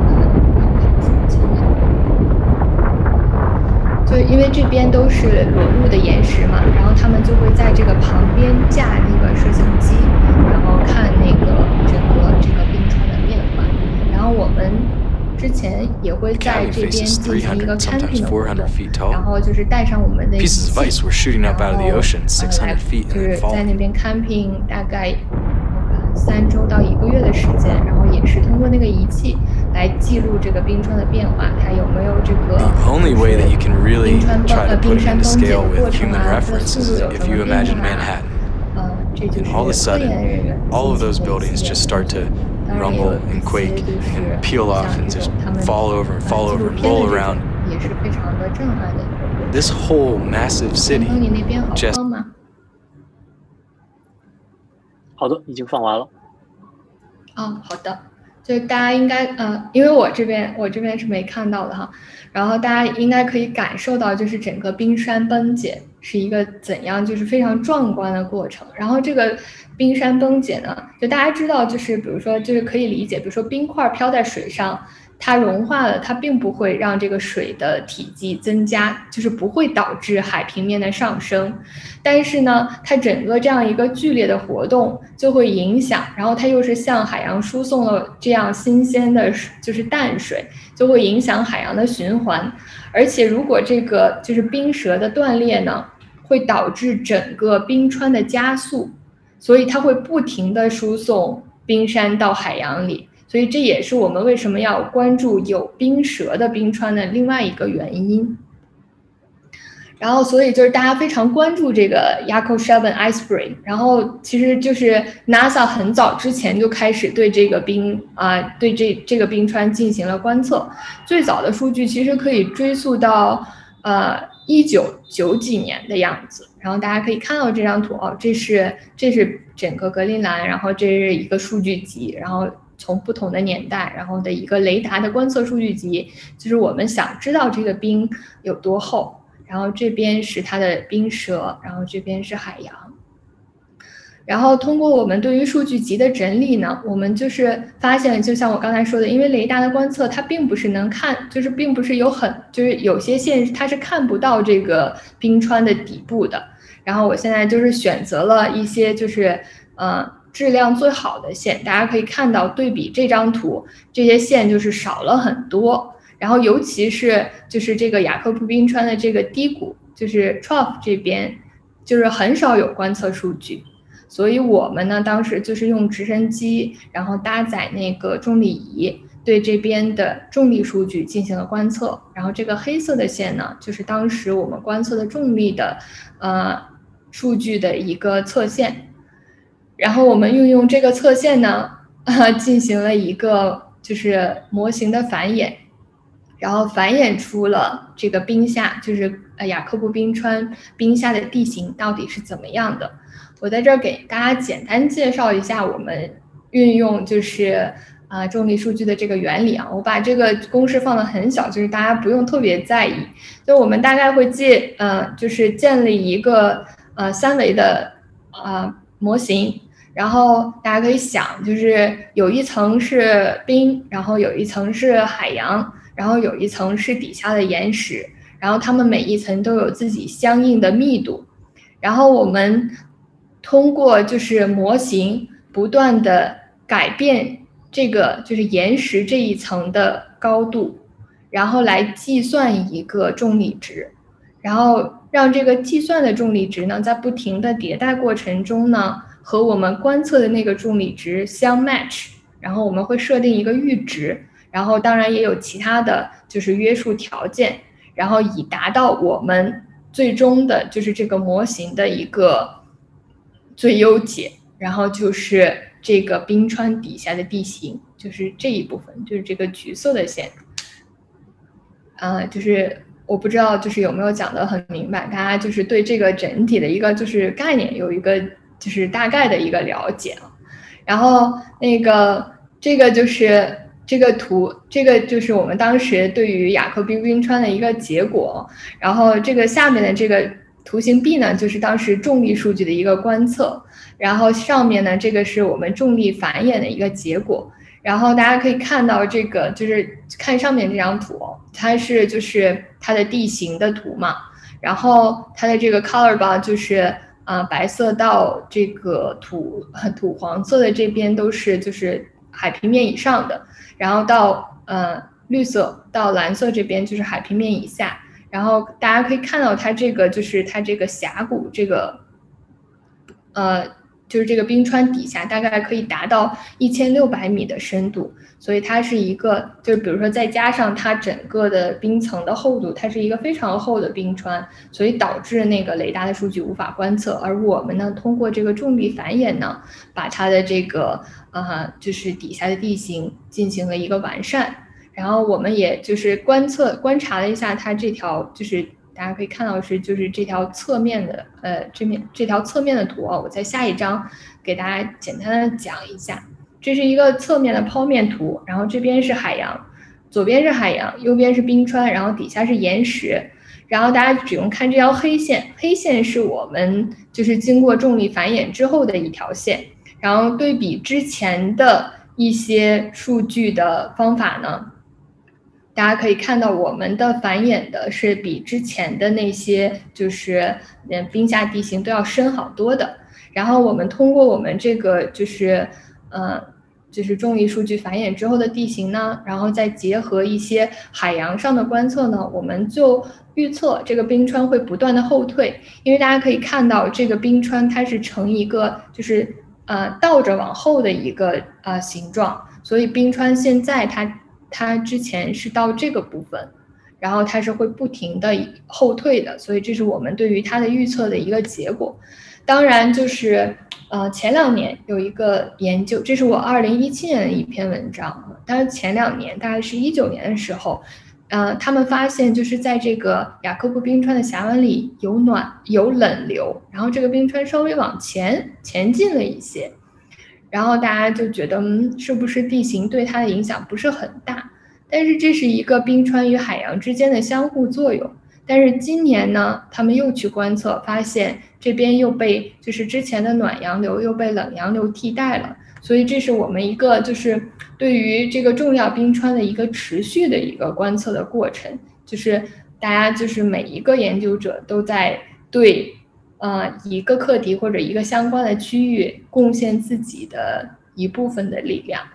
就因为这边都是裸露的岩石嘛，然后他们就会在这个旁边架那个摄像机，然后看那个整个这个冰川的变化。然后我们之前也会在这边进行一个 camping 的活动，然后就是带上我们的仪器，然后呃就是在那边 camping 大概。三周到一个月的时间，然后也是通过那个仪器来记录这个冰川的变化，它有没有这个冰川崩呃冰山崩解的过程啊，它的速度有什么变化啊？呃，这就是科研人员进行的一些 rumble and quake and peel off and just fall over and fall over and roll around. 也是非常的震撼的。 This whole massive city 你那边好 just 放吗？ 好的，已经放完了。 哦，好的，就是大家应该呃，因为我这边我这边是没看到的哈，然后大家应该可以感受到，就是整个冰山崩解是一个怎样就是非常壮观的过程。然后这个冰山崩解呢，就大家知道，就是比如说就是可以理解，比如说冰块飘在水上。它融化了，它并不会让这个水的体积增加，就是不会导致海平面的上升。但是呢，它整个这样一个剧烈的活动就会影响，然后它又是向海洋输送了这样新鲜的就是淡水，就会影响海洋的循环。而且如果这个就是冰舌的断裂呢，会导致整个冰川的加速，所以它会不停地输送冰山到海洋里。所以这也是我们为什么要关注有冰舌的冰川的另外一个原因。然后，所以就是大家非常关注这个 Yakov-Shevin Ice Spring。然后，其实就是 NASA 很早之前就开始对这个冰啊、呃，对这这个冰川进行了观测。最早的数据其实可以追溯到呃一九九几年的样子。然后大家可以看到这张图哦，这是这是整个格陵兰，然后这是一个数据集，然后。从不同的年代，然后的一个雷达的观测数据集，就是我们想知道这个冰有多厚。然后这边是它的冰舌，然后这边是海洋。然后通过我们对于数据集的整理呢，我们就是发现，就像我刚才说的，因为雷达的观测它并不是能看，就是并不是有很，就是有些线它是看不到这个冰川的底部的。然后我现在就是选择了一些就是呃。质量最好的线，大家可以看到对比这张图，这些线就是少了很多。然后尤其是就是这个雅克布冰川的这个低谷，就是 trough 这边就是很少有观测数据，所以我们呢当时就是用直升机，然后搭载那个重力仪，对这边的重力数据进行了观测。然后这个黑色的线呢，就是当时我们观测的重力的呃数据的一个侧线。然后我们运用这个侧线呢，呃，进行了一个就是模型的繁衍，然后繁衍出了这个冰下，就是呃雅克布冰川冰下的地形到底是怎么样的。我在这儿给大家简单介绍一下我们运用就是啊、呃、重力数据的这个原理啊。我把这个公式放得很小，就是大家不用特别在意。就我们大概会建呃就是建立一个呃三维的呃模型。然后大家可以想，就是有一层是冰，然后有一层是海洋，然后有一层是底下的岩石，然后它们每一层都有自己相应的密度。然后我们通过就是模型不断的改变这个就是岩石这一层的高度，然后来计算一个重力值，然后让这个计算的重力值呢，在不停的迭代过程中呢，和我们观测的那个重力值相 match， 然后我们会设定一个阈值，然后当然也有其他的就是约束条件，然后以达到我们最终的就是这个模型的一个最优解，然后就是这个冰川底下的地形，就是这一部分，就是这个橘色的线，呃，就是我不知道就是有没有讲得很明白，大家就是对这个整体的一个就是概念有一个就是大概的一个了解啊。然后那个这个就是这个图，这个就是我们当时对于雅克布冰川的一个结果。然后这个下面的这个图形 B 呢，就是当时重力数据的一个观测。然后上面呢，这个是我们重力繁衍的一个结果。然后大家可以看到这个，就是看上面这张图，它是就是它的地形的图嘛。然后它的这个 color bar 就是呃白色到这个土土黄色的这边都是就是海平面以上的，然后到呃绿色到蓝色这边就是海平面以下。然后大家可以看到它这个就是它这个峡谷这个呃就是这个冰川底下大概可以达到一千六百米的深度，所以它是一个，就是比如说再加上它整个的冰层的厚度，它是一个非常厚的冰川，所以导致那个雷达的数据无法观测。而我们呢，通过这个重力繁衍呢，把它的这个呃，就是底下的地形进行了一个完善。然后我们也就是观测观察了一下它这条，就是大家可以看到是就是这条侧面的呃这面这条侧面的图啊，我在下一章给大家简单的讲一下。这是一个侧面的剖面图，然后这边是海洋，左边是海洋，右边是冰川，然后底下是岩石。然后大家只用看这条黑线，黑线是我们就是经过重力繁衍之后的一条线，然后对比之前的一些数据的方法呢，大家可以看到我们的繁衍的是比之前的那些就是嗯冰下地形都要深好多的。然后我们通过我们这个就是呃就是重力数据繁衍之后的地形呢，然后再结合一些海洋上的观测呢，我们就预测这个冰川会不断的后退。因为大家可以看到这个冰川它是呈一个就是呃倒着往后的一个呃形状，所以冰川现在它它之前是到这个部分，然后它是会不停的后退的，所以这是我们对于它的预测的一个结果。当然就是呃前两年有一个研究，这是我二零一七年的一篇文章，但是前两年大概是一九年的时候，呃他们发现就是在这个雅科布冰川的峡湾里有暖有冷流，然后这个冰川稍微往前前进了一些，然后大家就觉得嗯是不是地形对它的影响不是很大，但是这是一个冰川与海洋之间的相互作用。但是今年呢，他们又去观测，发现这边又被就是之前的暖洋流又被冷洋流替代了，所以这是我们一个就是对于这个重要冰川的一个持续的一个观测的过程，就是大家就是每一个研究者都在对呃一个课题或者一个相关的区域贡献自己的一部分的力量。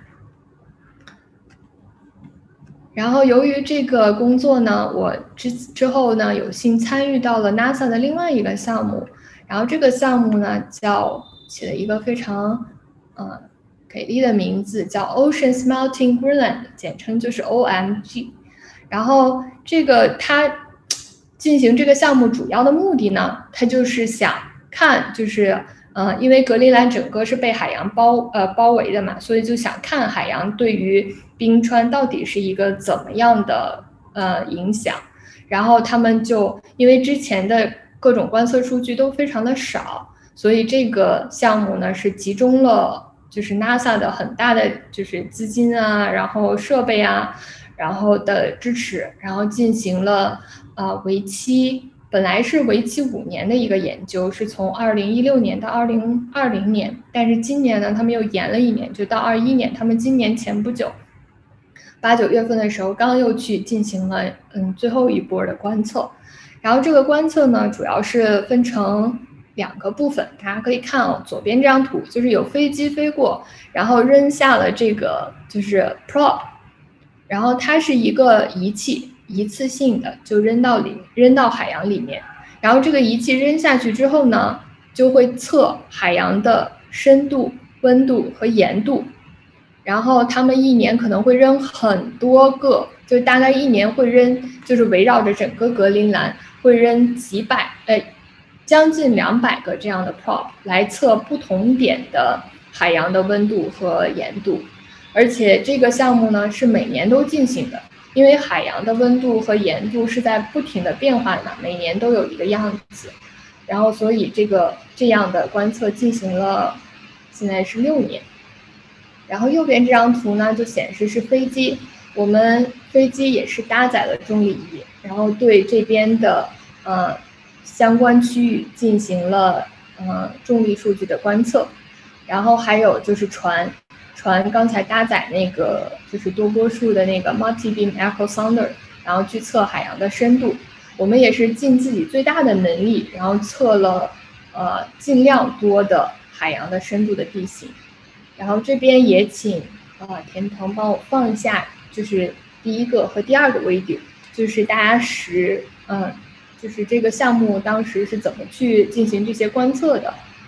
然后由于这个工作呢，我之之后呢有幸参与到了 NASA 的另外一个项目，然后这个项目呢叫起了一个非常呃给力的名字，叫 Oceans Melting Greenland， 简称就是 O M G。然后这个它进行这个项目主要的目的呢，它就是想看就是呃，因为格陵兰整个是被海洋包呃包围的嘛，所以就想看海洋对于冰川到底是一个怎么样的呃影响。然后他们就因为之前的各种观测数据都非常的少，所以这个项目呢是集中了就是 NASA 的很大的就是资金啊，然后设备啊，然后的支持，然后进行了呃为期。本来是为期五年的一个研究，是从二零一六年到二零二零年，但是今年呢，他们又延了一年，就到二一年。他们今年前不久，八九月份的时候，刚又去进行了嗯最后一波的观测。然后这个观测呢，主要是分成两个部分，大家可以看哦，左边这张图就是有飞机飞过，然后扔下了这个就是 prop， 然后它是一个仪器。一次性的就扔到里扔到海洋里面，然后这个仪器扔下去之后呢，就会测海洋的深度、温度和盐度，然后他们一年可能会扔很多个，就大概一年会扔，就是围绕着整个格陵兰会扔几百呃将近两百个这样的 prop 来测不同点的海洋的温度和盐度，而且这个项目呢是每年都进行的。因为海洋的温度和盐度是在不停的变化的嘛，每年都有一个样子，然后所以这个这样的观测进行了现在是六年。然后右边这张图呢就显示是飞机，我们飞机也是搭载了重力仪，然后对这边的呃相关区域进行了呃重力数据的观测，然后还有就是船。船刚才搭载那个就是多波束的那个 multi-beam echo sounder， 然后去测海洋的深度。我们也是尽自己最大的能力，然后测了呃尽量多的海洋的深度的地形。然后这边也请呃田腾帮我放一下，就是第一个和第二个 video， 就是大家实嗯、呃、就是这个项目当时是怎么去进行这些观测的。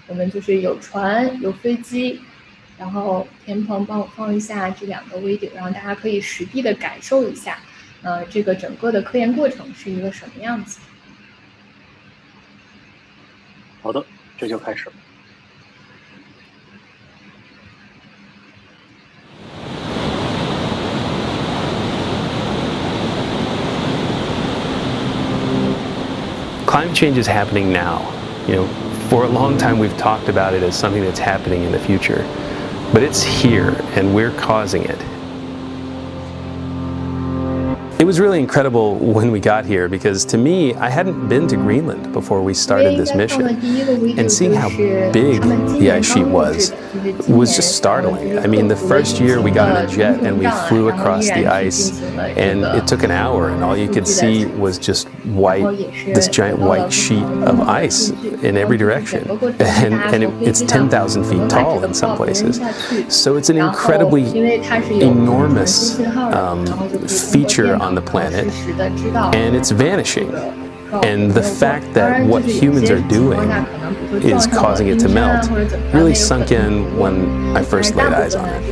我们就是有船有飞机，然后田鹏帮我放一下这两个 video， 然后大家可以实地的感受一下，呃，这个整个的科研过程是一个什么样子。 好的，这就开始。 Climate change is happening now. You know, for a long time we've talked about it as something that's happening in the future, but it's here and we're causing it. It was really incredible when we got here because to me, I hadn't been to Greenland before we started this mission, and seeing how big the ice sheet was was just startling. I mean, the first year we got in a jet and we flew across the ice, and it took an hour and all you could see was just white, this giant white sheet of ice in every direction, and, and it, it's ten thousand feet tall in some places. So it's an incredibly enormous um, feature on the planet, and it's vanishing. And the fact that what humans are doing is causing it to melt really sunk in when I first laid eyes on it.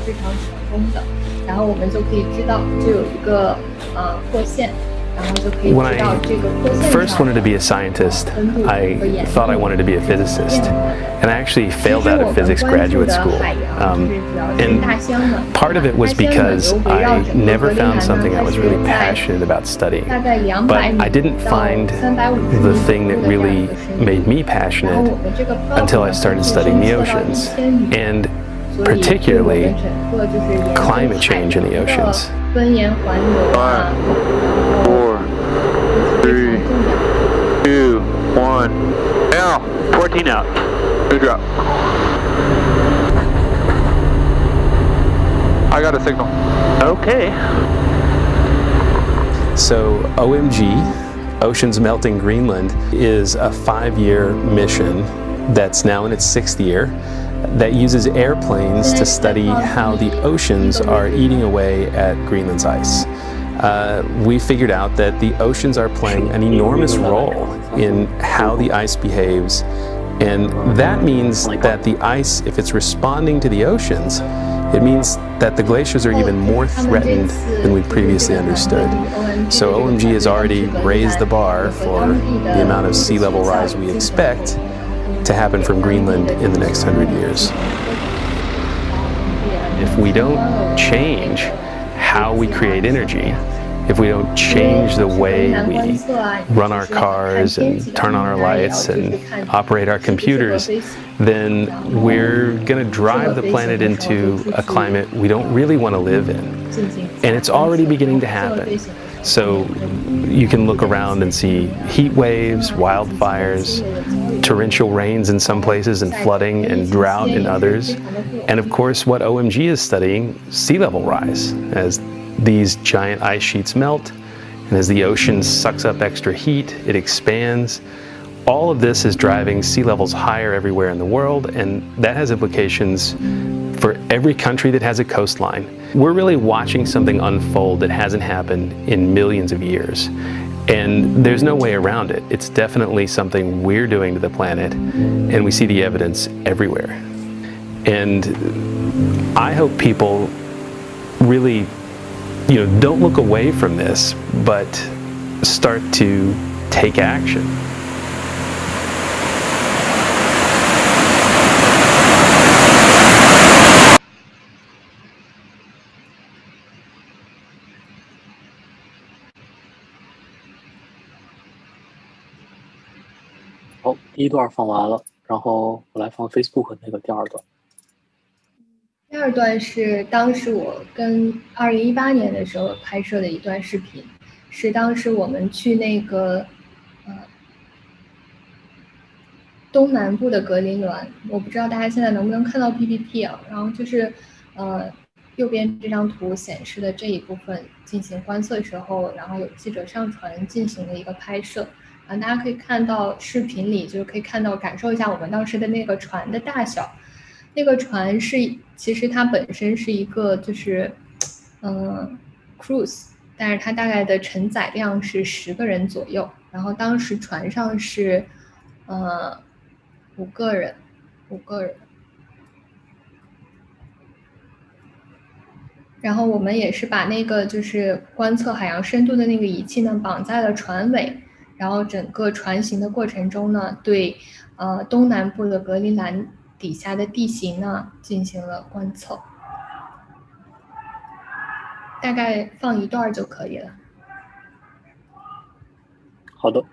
When I first wanted to be a scientist, I thought I wanted to be a physicist, and I actually failed out of physics graduate school. Um, and part of it was because I never found something I was really passionate about studying, but I didn't find the thing that really made me passionate until I started studying the oceans, and particularly climate change in the oceans. Five, four, three, two, one. Now, fourteen out. good drop. I got a signal. Okay. So O M G, Oceans Melting Greenland, is a five-year mission that's now in its sixth year that uses airplanes to study how the oceans are eating away at Greenland's ice. Uh, we figured out that the oceans are playing an enormous role in how the ice behaves, and that means that the ice, if it's responding to the oceans, it means that the glaciers are even more threatened than we previously understood. So O M G has already raised the bar for the amount of sea level rise we expect to happen from Greenland in the next hundred years. If we don't change how we create energy, if we don't change the way we run our cars and turn on our lights and operate our computers, then we're going to drive the planet into a climate we don't really want to live in. And it's already beginning to happen. So you can look around and see heat waves, wildfires, torrential rains in some places and flooding and drought in others. And of course what O M G is studying, sea level rise, as these giant ice sheets melt, and as the ocean sucks up extra heat, it expands. All of this is driving sea levels higher everywhere in the world, and that has implications for every country that has a coastline. We're really watching something unfold that hasn't happened in millions of years. And there's no way around it. It's definitely something we're doing to the planet, and we see the evidence everywhere. And I hope people really, you know, don't look away from this, but start to take action. Oh, 好，第一段放完了，然后我来放 Facebook 那个第二段。 第二段是当时我跟二零一八年的时候拍摄的一段视频，是当时我们去那个呃东南部的格陵兰，我不知道大家现在能不能看到 P P T 啊，然后就是呃右边这张图显示的这一部分进行观测时候，然后有记者上船进行了一个拍摄。啊，大家可以看到视频里，就是可以看到感受一下我们当时的那个船的大小。那个船是，其实它本身是一个就是，嗯、呃、，cruise， 但是它大概的承载量是十个人左右。然后当时船上是，呃，五个人，五五个人。然后我们也是把那个就是观测海洋深度的那个仪器呢绑在了船尾，然后整个船行的过程中呢，对呃东南部的格陵兰底下的地形呢进行了观测。大概放一段就可以了。 好的，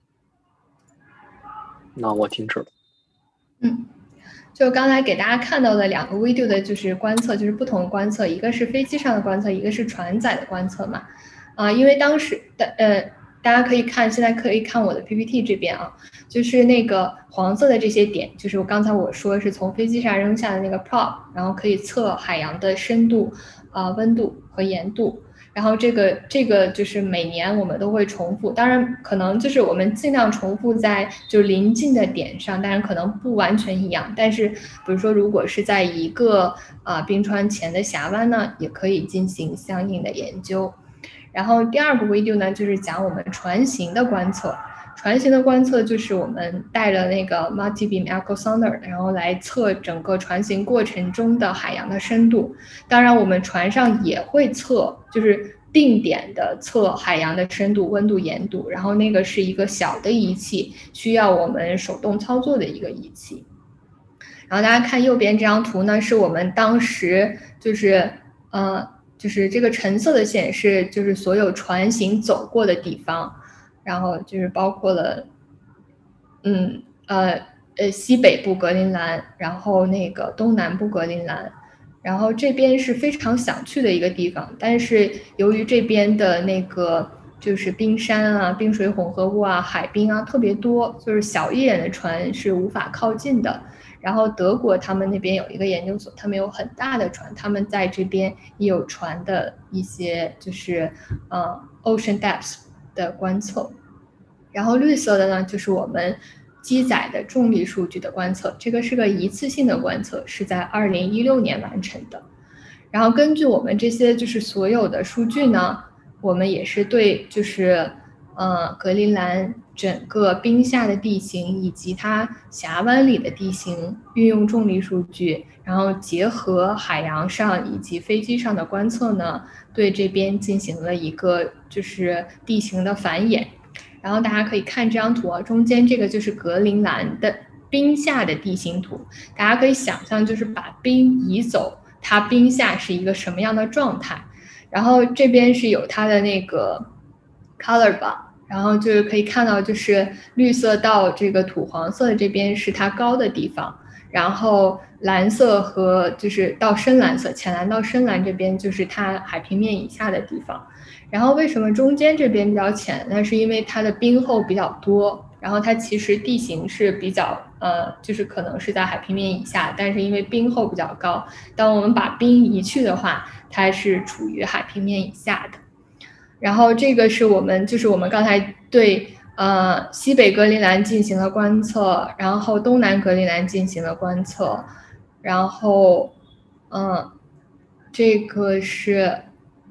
那我停止了。 嗯。就刚才给大家看到的两个 video 的就是观测，就是不同的观测，一个是飞机上的观测，一个是船载的观测嘛。啊，因为当时的呃，大家可以看，现在可以看我的 P P T 这边啊，就是那个黄色的这些点，就是我刚才我说是从飞机上扔下的那个 prop， 然后可以测海洋的深度、啊、呃、温度和盐度。然后这个这个就是每年我们都会重复，当然可能就是我们尽量重复在就临近的点上，当然可能不完全一样，但是比如说如果是在一个啊、呃、冰川前的峡湾呢，也可以进行相应的研究。然后第二个 video 呢，就是讲我们船型的观测。船型的观测就是我们带了那个 multi-beam echo sonar， 然后来测整个船行过程中的海洋的深度。当然我们船上也会测，就是定点的测海洋的深度、温度、盐度，然后那个是一个小的仪器，需要我们手动操作的一个仪器。然后大家看右边这张图呢，是我们当时就是呃就是这个橙色的线是就是所有船行走过的地方。然后就是包括了，嗯呃呃西北部格陵兰，然后那个东南部格陵兰，然后这边是非常想去的一个地方，但是由于这边的那个就是冰山啊、冰水混合物啊、海冰啊特别多，就是小一点的船是无法靠近的。然后德国他们那边有一个研究所，他们有很大的船，他们在这边也有船的一些就是呃 ocean depth的观测。然后绿色的呢，就是我们机载的重力数据的观测，这个是个一次性的观测，是在二零一六年完成的。然后根据我们这些就是所有的数据呢，我们也是对就是呃格陵兰整个冰下的地形以及它峡湾里的地形运用重力数据，然后结合海洋上以及飞机上的观测呢，对这边进行了一个就是地形的繁衍。然后大家可以看这张图啊，中间这个就是格陵兰的冰下的地形图，大家可以想象就是把冰移走，它冰下是一个什么样的状态。然后这边是有它的那个 color bar， 然后就是可以看到就是绿色到这个土黄色的这边是它高的地方，然后蓝色和就是到深蓝色，浅蓝到深蓝这边就是它海平面以下的地方。然后为什么中间这边比较浅？那是因为它的冰厚比较多，然后它其实地形是比较呃，就是可能是在海平面以下，但是因为冰厚比较高，当我们把冰移去的话，它是处于海平面以下的。然后这个是我们就是我们刚才对呃西北格陵兰进行了观测，然后东南格陵兰进行了观测，然后嗯，这个是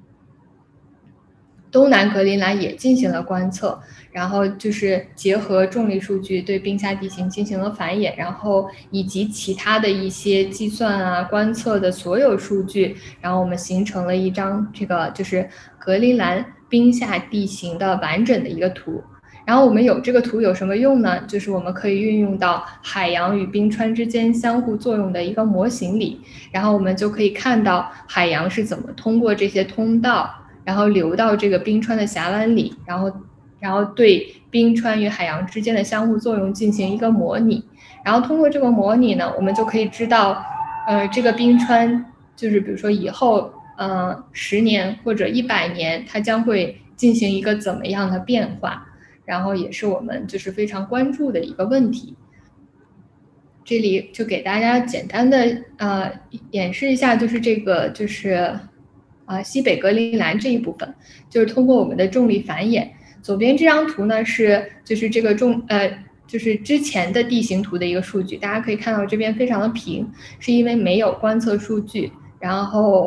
东南格陵兰也进行了观测，然后就是结合重力数据对冰下地形进行了繁衍，然后以及其他的一些计算啊、观测的所有数据，然后我们形成了一张这个就是格陵兰冰下地形的完整的一个图。然后我们有这个图有什么用呢？就是我们可以运用到海洋与冰川之间相互作用的一个模型里，然后我们就可以看到海洋是怎么通过这些通道然后流到这个冰川的峡湾里，然后然后对冰川与海洋之间的相互作用进行一个模拟。然后通过这个模拟呢，我们就可以知道呃这个冰川就是比如说以后呃十年或者一百年它将会进行一个怎么样的变化，然后也是我们就是非常关注的一个问题。这里就给大家简单的呃演示一下，就是这个就是啊，西北格陵兰这一部分，就是通过我们的重力繁衍。左边这张图呢是就是这个重呃就是之前的地形图的一个数据，大家可以看到这边非常的平，是因为没有观测数据，然后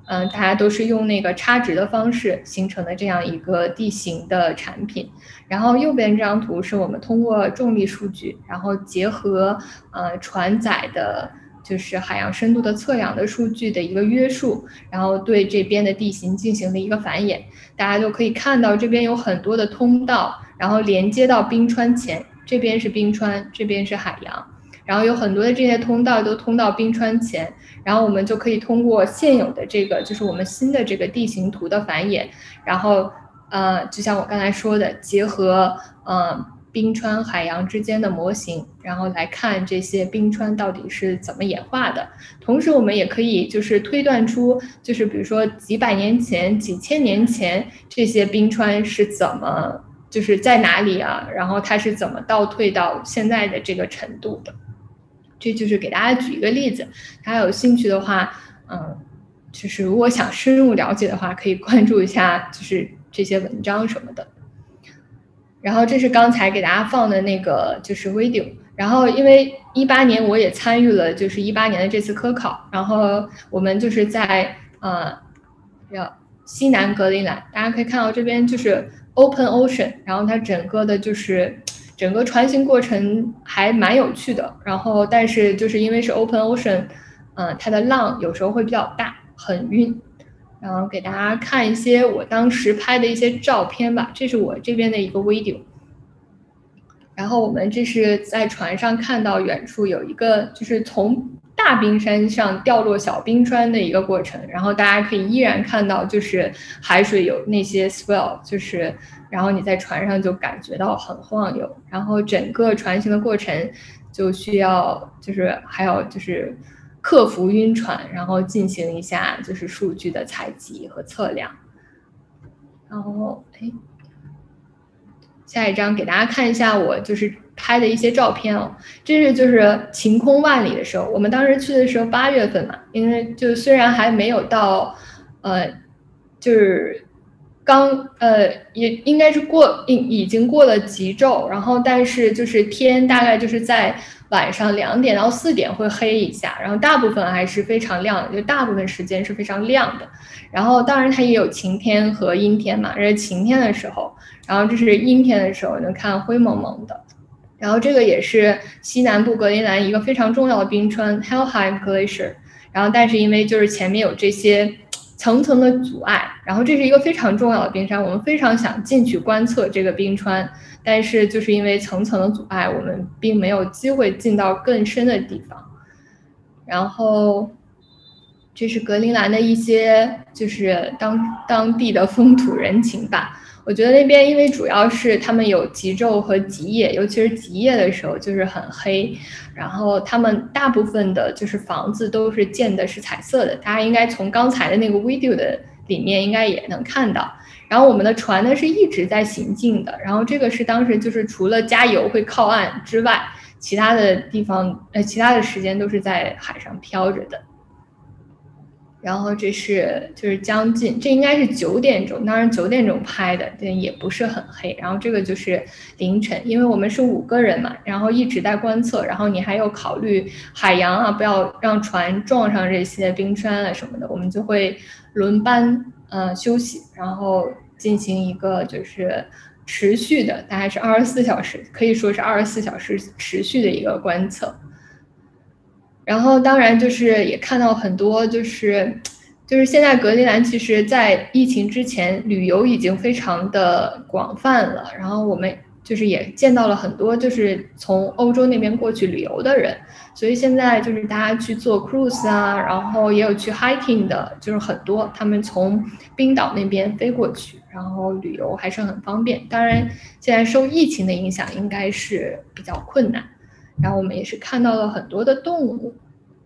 嗯、呃，大家都是用那个插值的方式形成的这样一个地形的产品。然后右边这张图是我们通过重力数据，然后结合呃船载的就是海洋深度的测量的数据的一个约束，然后对这边的地形进行了一个繁衍。大家就可以看到这边有很多的通道，然后连接到冰川前，这边是冰川，这边是海洋，然后有很多的这些通道都通到冰川前，然后我们就可以通过现有的这个就是我们新的这个地形图的繁衍，然后呃，就像我刚才说的，结合呃冰川海洋之间的模型，然后来看这些冰川到底是怎么演化的。同时我们也可以就是推断出，就是比如说几百年前几千年前这些冰川是怎么就是在哪里啊，然后它是怎么倒退到现在的这个程度的。这就是给大家举一个例子，大家有兴趣的话嗯，就是如果想深入了解的话，可以关注一下就是这些文章什么的。然后这是刚才给大家放的那个就是 video， 然后因为一八年我也参与了就是一八年的这次科考，然后我们就是在呃西南格陵兰，大家可以看到这边就是 open ocean， 然后它整个的就是整个船行过程还蛮有趣的，然后但是就是因为是 open ocean， 呃，它的浪有时候会比较大，很晕。然后给大家看一些我当时拍的一些照片吧，这是我这边的一个 video。然后我们这是在船上看到远处有一个就是从大冰山上掉落小冰川的一个过程，然后大家可以依然看到就是海水有那些 swell， 就是然后你在船上就感觉到很晃悠，然后整个船行的过程就需要就是还有就是克服晕船，然后进行一下就是数据的采集和测量。然后哎，下一张给大家看一下我就是拍的一些照片哦。这是就是晴空万里的时候，我们当时去的时候八月份嘛，因为就虽然还没有到呃就是刚呃也应该是过已已经过了极昼，然后但是就是天大概就是在晚上两点到四点会黑一下，然后大部分还是非常亮的，就大部分时间是非常亮的。然后当然它也有晴天和阴天嘛，这是晴天的时候，然后这是阴天的时候，能看灰蒙蒙的。然后这个也是西南部格陵兰一个非常重要的冰川 Helheim Glacier， 然后但是因为就是前面有这些层层的阻碍，然后这是一个非常重要的冰山，我们非常想进去观测这个冰川，但是就是因为层层的阻碍，我们并没有机会进到更深的地方。然后这是格陵兰的一些就是当当地的风土人情吧。我觉得那边因为主要是他们有极昼和极夜，尤其是极夜的时候就是很黑，然后他们大部分的就是房子都是建的是彩色的，大家应该从刚才的那个 video 的里面应该也能看到。然后我们的船呢是一直在行进的，然后这个是当时就是除了加油会靠岸之外，其他的地方呃其他的时间都是在海上飘着的。然后这是就是将近，这应该是九点钟，当然九点钟拍的，但也不是很黑。然后这个就是凌晨，因为我们是五个人嘛，然后一直在观测，然后你还有考虑海洋啊，不要让船撞上这些冰川啊什么的，我们就会轮班呃休息，然后进行一个就是持续的，大概是二十四小时，可以说是二十四小时持续的一个观测。然后当然就是也看到很多就是就是现在格陵兰其实在疫情之前旅游已经非常的广泛了，然后我们就是也见到了很多就是从欧洲那边过去旅游的人，所以现在就是大家去做 cruise 啊，然后也有去 hiking 的，就是很多他们从冰岛那边飞过去，然后旅游还是很方便。当然现在受疫情的影响应该是比较困难。然后我们也是看到了很多的动物，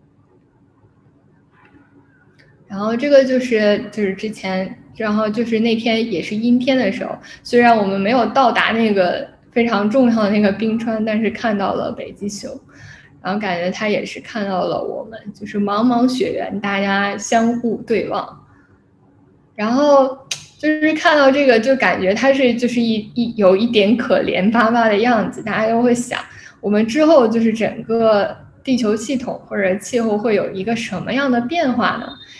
然后这个就是就是之前，然后就是那天也是阴天的时候，虽然我们没有到达那个非常重要的那个冰川，但是看到了北极熊，然后感觉它也是看到了我们，就是茫茫雪原，大家相互对望，然后就是看到这个就感觉它是就是一一有一点可怜巴巴的样子，大家都会想。我们之后就是整个地球系统或者气候会有一个什么样的变化呢？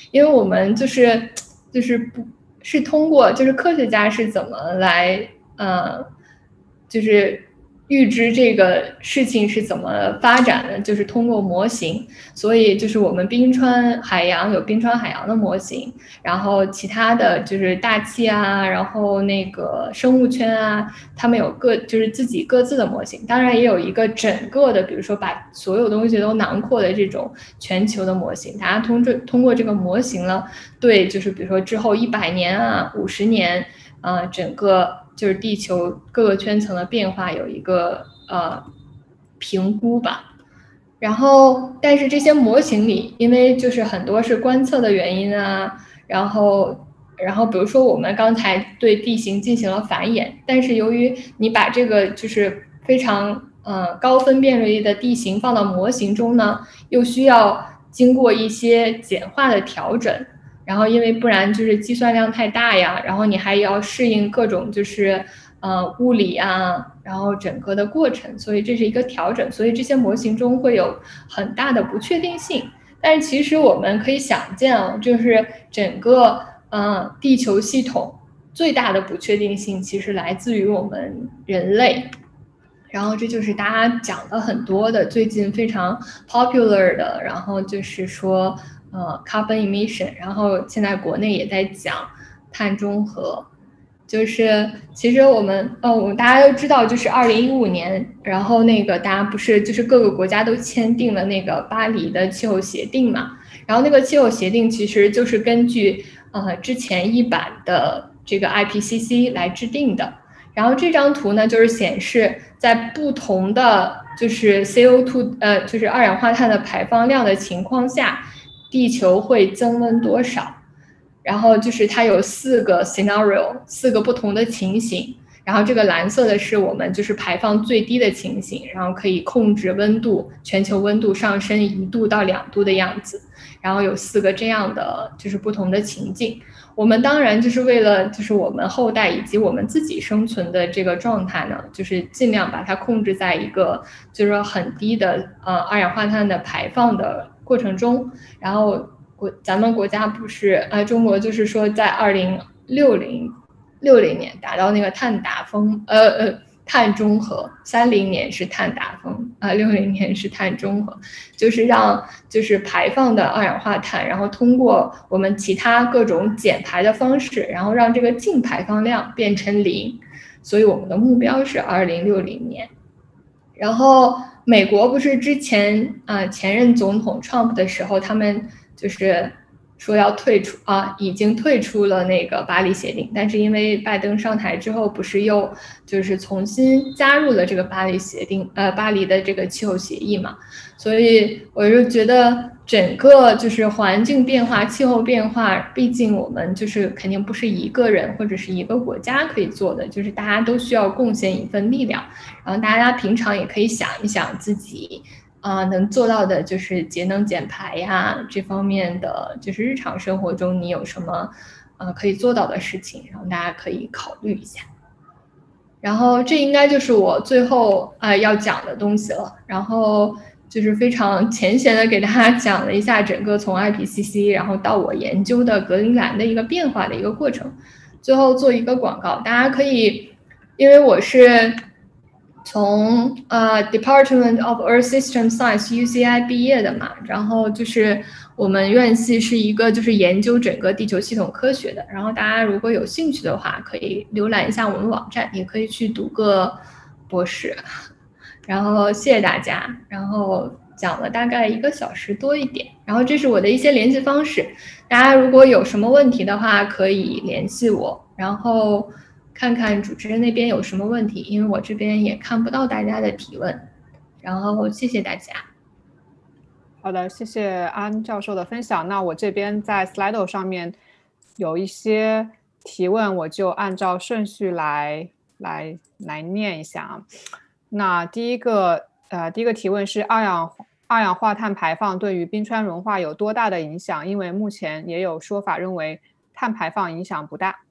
因为我们就是就是不是通过就是科学家是怎么来呃就是预知这个事情是怎么发展的，就是通过模型。所以就是我们冰川海洋有冰川海洋的模型，然后其他的就是大气啊，然后那个生物圈啊，他们有各就是自己各自的模型。当然也有一个整个的，比如说把所有东西都囊括的这种全球的模型。大家通过通过这个模型了，对，就是比如说之后一百年啊、五十年啊、呃，整个就是地球各个圈层的变化有一个呃评估吧。然后但是这些模型里，因为就是很多是观测的原因啊，然后然后比如说我们刚才对地形进行了繁衍，但是由于你把这个就是非常呃高分辨率的地形放到模型中呢，又需要经过一些简化的调整，然后因为不然就是计算量太大呀，然后你还要适应各种就是呃物理啊，然后整个的过程，所以这是一个调整，所以这些模型中会有很大的不确定性。但是其实我们可以想见啊，就是整个呃地球系统最大的不确定性其实来自于我们人类。然后这就是大家讲了很多的最近非常 popular 的，然后就是说呃 carbon emission， 然后现在国内也在讲碳中和。就是其实我们呃我们大家都知道，就是二零一五年，然后那个大家不是就是各个国家都签订了那个巴黎的气候协定嘛，然后那个气候协定其实就是根据呃之前一版的这个 I P C C 来制定的。然后这张图呢，就是显示在不同的就是 C O 二 呃就是二氧化碳的排放量的情况下，地球会增温多少。然后就是它有四个 scenario， 四个不同的情形。然后这个蓝色的是我们就是排放最低的情形，然后可以控制温度，全球温度上升一度到两度的样子。然后有四个这样的就是不同的情境。我们当然就是为了就是我们后代以及我们自己生存的这个状态呢，就是尽量把它控制在一个就是说很低的呃二氧化碳的排放的过程中。然后国咱们国家不是呃中国就是说在二零六零六零年达到那个碳达峰呃呃碳中和，三零年是碳达峰啊，六零年是碳中和，就是让就是排放的二氧化碳，然后通过我们其他各种减排的方式，然后让这个净排放量变成零。所以我们的目标是二零六零年。然后美国不是之前啊、呃、前任总统 Trump 的时候，他们就是说要退出啊，已经退出了那个巴黎协定，但是因为拜登上台之后，不是又就是重新加入了这个巴黎协定，呃，巴黎的这个气候协议嘛，所以我就觉得整个就是环境变化、气候变化，毕竟我们就是肯定不是一个人或者是一个国家可以做的，就是大家都需要贡献一份力量，然后大家平常也可以想一想自己。啊、呃，能做到的就是节能减排呀，这方面的就是日常生活中你有什么呃可以做到的事情，然后大家可以考虑一下。然后这应该就是我最后呃要讲的东西了。然后就是非常浅显的给大家讲了一下整个从 I P C C 然后到我研究的格陵兰的一个变化的一个过程。最后做一个广告，大家可以，因为我是。从呃 Department of Earth System Science U C I 毕业的嘛，然后就是我们院系是一个就是研究整个地球系统科学的，然后大家如果有兴趣的话，可以浏览一下我们网站，也可以去读个博士。然后谢谢大家，然后讲了大概一个小时多一点，然后这是我的一些联系方式，大家如果有什么问题的话可以联系我，然后。看看主持人那边有什么问题，因为我这边也看不到大家的提问，然后谢谢大家。 好的，谢谢安教授的分享。那我这边在 Slido 上面有一些提问，我就按照顺序来来来念一下啊。那第一个呃，第一个提问是二氧二氧化碳排放对于冰川融化有多大的影响？因为目前也有说法认为碳排放影响不大。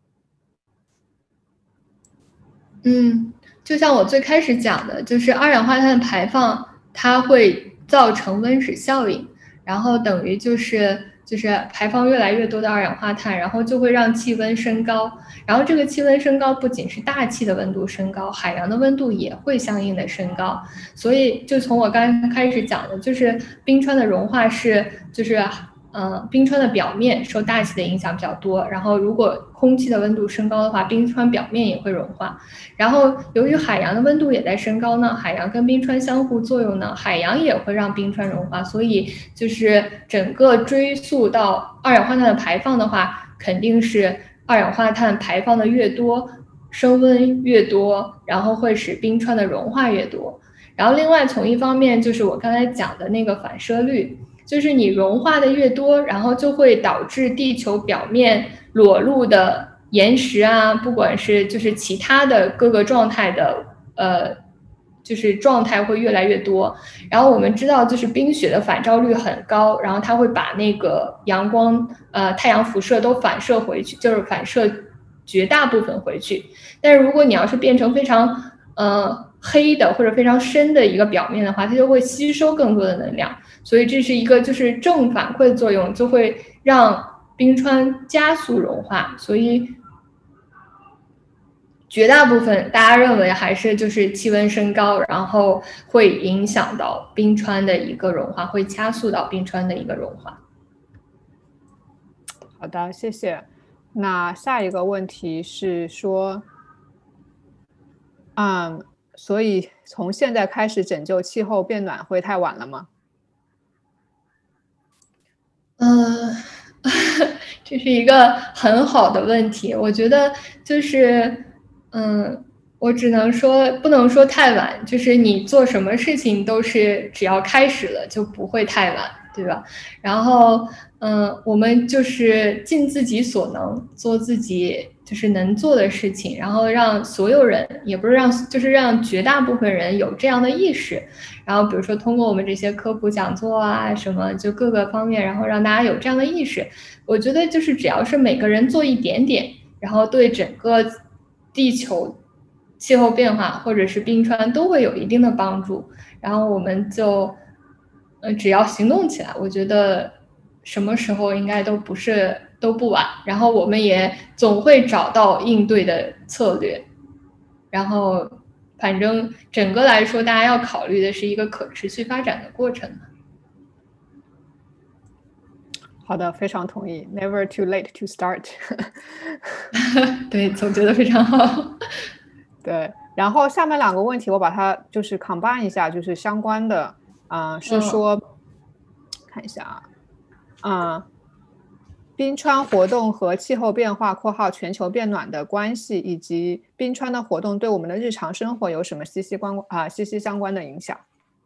嗯，就像我最开始讲的，就是二氧化碳排放它会造成温室效应，然后等于就是就是排放越来越多的二氧化碳，然后就会让气温升高，然后这个气温升高不仅是大气的温度升高，海洋的温度也会相应的升高。所以就从我刚开始讲的，就是冰川的融化是就是呃，冰川的表面受大气的影响比较多，然后如果空气的温度升高的话，冰川表面也会融化。然后由于海洋的温度也在升高呢，海洋跟冰川相互作用呢，海洋也会让冰川融化。所以就是整个追溯到二氧化碳的排放的话，肯定是二氧化碳排放的越多，升温越多，然后会使冰川的融化越多。然后另外从一方面就是我刚才讲的那个反射率，就是你融化的越多，然后就会导致地球表面裸露的岩石啊，不管是就是其他的各个状态的呃，就是状态会越来越多。然后我们知道就是冰雪的反照率很高，然后它会把那个阳光呃太阳辐射都反射回去，就是反射绝大部分回去。但是如果你要是变成非常呃黑的或者非常深的一个表面的话，它就会吸收更多的能量。所以这是一个就是正反馈作用，就会让冰川加速融化。所以绝大部分大家认为还是就是气温升高，然后会影响到冰川的一个融化，会加速到冰川的一个融化。 好的，谢谢。那下一个问题是说，嗯，所以从现在开始拯救气候变暖会太晚了吗？ 嗯，这是一个很好的问题。我觉得就是，嗯，我只能说不能说太晚，就是你做什么事情都是只要开始了就不会太晚，对吧？然后，嗯，我们就是尽自己所能做自己就是能做的事情，然后让所有人，也不是让，就是让绝大部分人有这样的意识。然后比如说通过我们这些科普讲座啊什么，就各个方面，然后让大家有这样的意识。我觉得就是只要是每个人做一点点，然后对整个地球气候变化或者是冰川都会有一定的帮助。然后我们就呃只要行动起来，我觉得什么时候应该都不是都不晚。然后我们也总会找到应对的策略。然后反正整个来说，大家要考虑的是一个可持续发展的过程。 好的，非常同意。Never too late to start 。 对，总结得非常好。 对，然后下面两个问题我把它就是 combine 一下，就是相关的，啊、呃，是说、嗯、看一下啊，啊、呃。冰川活动和气候变化（括号全球变暖）的关系，以及冰川的活动对我们的日常生活有什么息息关啊、呃、息息相关的影响？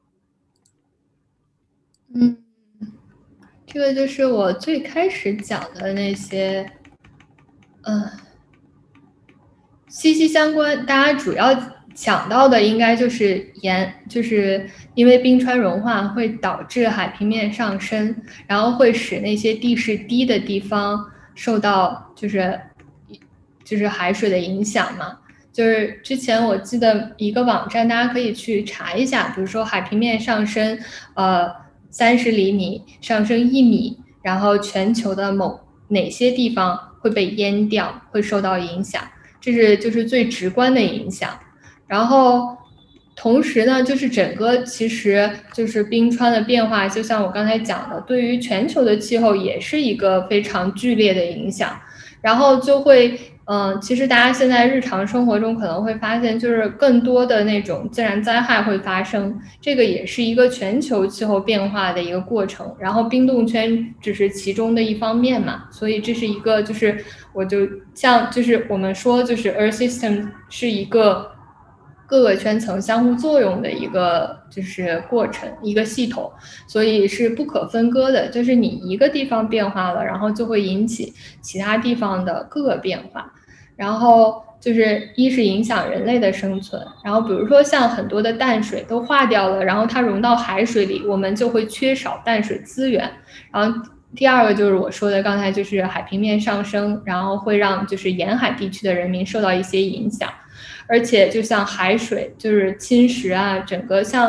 嗯，这个就是我最开始讲的那些，嗯、呃，息息相关。大家主要想到的应该就是盐，就是因为冰川融化会导致海平面上升，然后会使那些地势低的地方受到就是就是海水的影响嘛。就是之前我记得一个网站，大家可以去查一下，比如说海平面上升呃三十厘米，上升一米，然后全球的某哪些地方会被淹掉，会受到影响，这是就是最直观的影响。然后同时呢，就是整个其实就是冰川的变化，就像我刚才讲的，对于全球的气候也是一个非常剧烈的影响。然后就会嗯、呃，其实大家现在日常生活中可能会发现，就是更多的那种自然灾害会发生，这个也是一个全球气候变化的一个过程。然后冰冻圈只是其中的一方面嘛，所以这是一个就是我就像就是我们说就是 Earth System 是一个各个圈层相互作用的一个就是过程，一个系统，所以是不可分割的。就是你一个地方变化了，然后就会引起其他地方的各个变化。然后就是一是影响人类的生存，然后比如说像很多的淡水都化掉了，然后它融到海水里，我们就会缺少淡水资源。然后第二个就是我说的刚才就是海平面上升，然后会让就是沿海地区的人民受到一些影响。而且就像海水就是侵蚀啊，整个像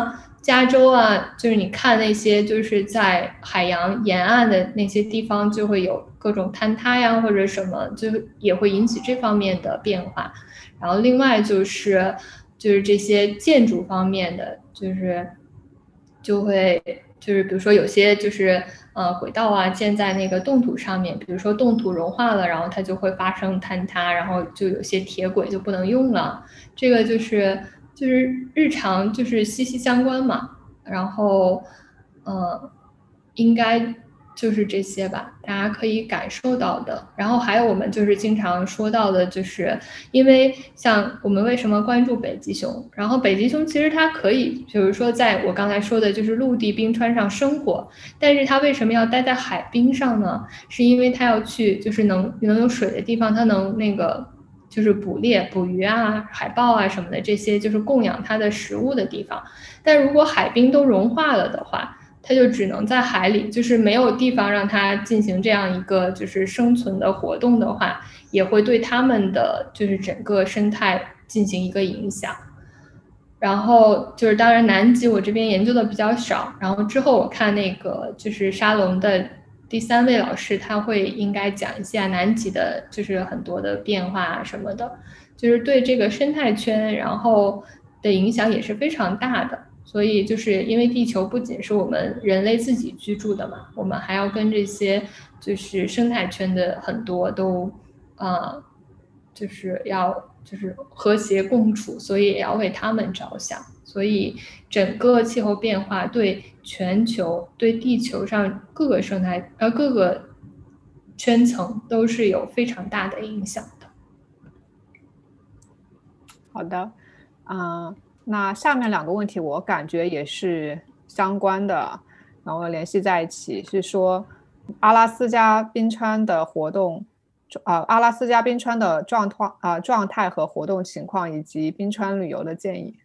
加州啊，就是你看那些就是在海洋沿岸的那些地方，就会有各种坍塌呀或者什么，就也会引起这方面的变化。然后另外就是就是这些建筑方面的，就是就会就是比如说有些就是呃轨道啊建在那个冻土上面，比如说冻土融化了，然后它就会发生坍塌，然后就有些铁轨就不能用了。这个就是就是日常就是息息相关嘛。然后呃应该就是这些吧，大家可以感受到的。然后还有我们就是经常说到的，就是因为像我们为什么关注北极熊，然后北极熊其实它可以比如说在我刚才说的就是陆地冰川上生活，但是它为什么要待在海冰上呢？是因为它要去就是能能有水的地方，它能那个就是捕猎捕鱼啊海豹啊什么的，这些就是供养它的食物的地方。但如果海冰都融化了的话，它就只能在海里，就是没有地方让它进行这样一个就是生存的活动的话，也会对它们的就是整个生态进行一个影响。然后就是当然南极我这边研究的比较少，然后之后我看那个就是沙龙的第三位老师他会应该讲一下南极的就是很多的变化什么的，就是对这个生态圈然后的影响也是非常大的。所以就是因为地球不仅是我们人类自己居住的嘛，我们还要跟这些就是生态圈的很多都呃就是要就是和谐共处，所以也要为他们着想。所以整个气候变化对全球对地球上各个生态呃各个圈层都是有非常大的影响的。 好的，嗯、呃那下面两个问题我感觉也是相关的，然后联系在一起，是说阿拉斯加冰川的活动，呃，阿拉斯加冰川的状态啊、呃、状态和活动情况，以及冰川旅游的建议。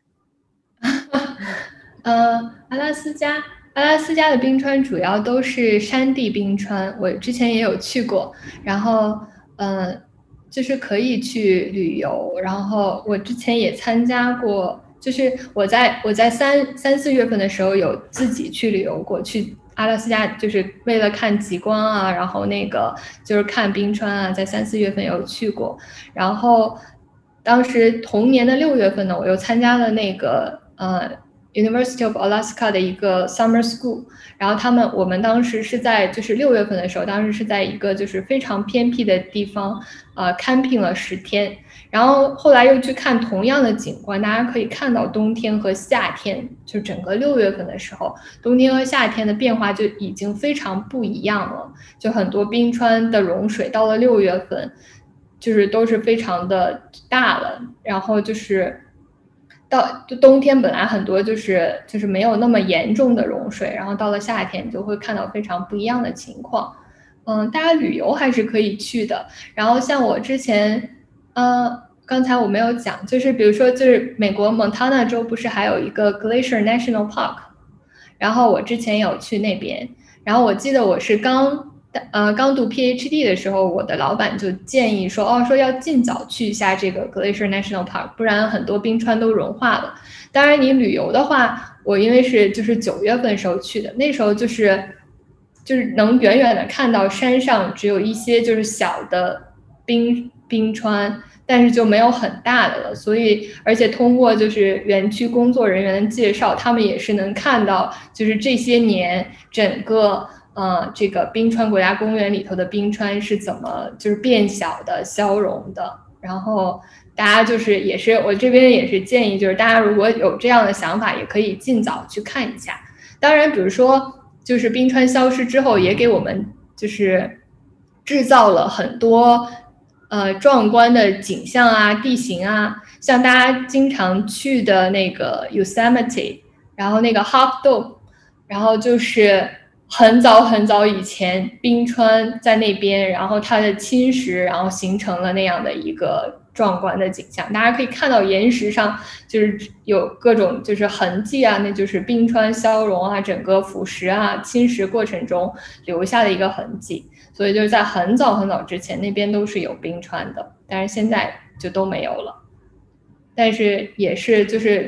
呃，阿拉斯加阿拉斯加的冰川主要都是山地冰川，我之前也有去过，然后呃，就是可以去旅游，然后我之前也参加过。就是我在我在三三四月份的时候有自己去旅游过，去阿拉斯加，就是为了看极光啊，然后那个就是看冰川啊，在三四月份有去过。然后当时同年的六月份呢，我又参加了那个呃 University of Alaska 的一个 summer school， 然后他们我们当时是在就是六月份的时候，当时是在一个就是非常偏僻的地方呃 camping 了十天。然后后来又去看同样的景观，大家可以看到冬天和夏天，就整个六月份的时候，冬天和夏天的变化就已经非常不一样了。就很多冰川的融水到了六月份，就是都是非常的大了。然后就是到冬天本来很多就是就是没有那么严重的融水，然后到了夏天就会看到非常不一样的情况。嗯，大家旅游还是可以去的。然后像我之前。呃，刚才我没有讲，就是比如说，就是美国蒙塔纳州不是还有一个 Glacier National Park， 然后我之前有去那边，然后我记得我是刚呃刚读 P H D 的时候，我的老板就建议说，哦，说要尽早去一下这个 Glacier National Park， 不然很多冰川都融化了。当然，你旅游的话，我因为是就是九月份时候去的，那时候就是就是能远远的看到山上只有一些就是小的冰。冰川，但是就没有很大的了，所以而且通过就是园区工作人员的介绍，他们也是能看到就是这些年整个呃这个冰川国家公园里头的冰川是怎么就是变小的消融的。然后大家就是也是我这边也是建议，就是大家如果有这样的想法，也可以尽早去看一下。当然比如说就是冰川消失之后，也给我们就是制造了很多呃，壮观的景象啊，地形啊，像大家经常去的那个 Yosemite， 然后那个 Half Dome， 然后就是很早很早以前冰川在那边，然后它的侵蚀，然后形成了那样的一个壮观的景象。大家可以看到岩石上就是有各种就是痕迹啊，那就是冰川消融啊，整个腐蚀啊，侵蚀过程中留下的一个痕迹。所以就是在很早很早之前，那边都是有冰川的，但是现在就都没有了。但是也是就是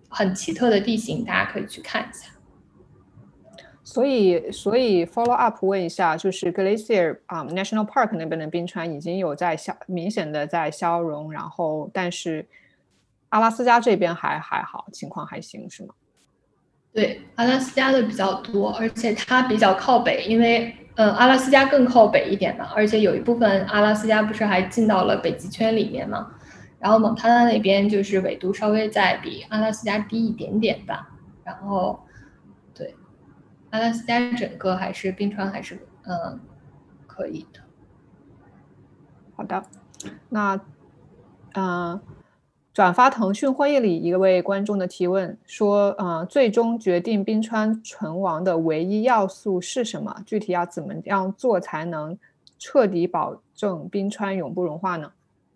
很奇特的地形，大家可以去看一下。 所以，所以 follow up 问一下，就是 Glacier 啊、um, National Park 那边的冰川已经有在消明显的在消融，然后但是阿拉斯加这边还还好，情况还行，是吗？ 对，阿拉斯加的比较多，而且它比较靠北，因为呃阿拉斯加更靠北一点嘛，而且有一部分阿拉斯加不是还进到了北极圈里面嘛，然后蒙塔纳那边就是纬度稍微再比阿拉斯加低一点点吧，然后对，阿拉斯加整个还是冰川还是嗯、呃、可以的。 好的，那嗯。呃转发腾讯会议里一位观众的提问说，呃，最终决定冰川存亡的唯一要素是什么？具体要怎么样做才能彻底保证冰川永不融化呢？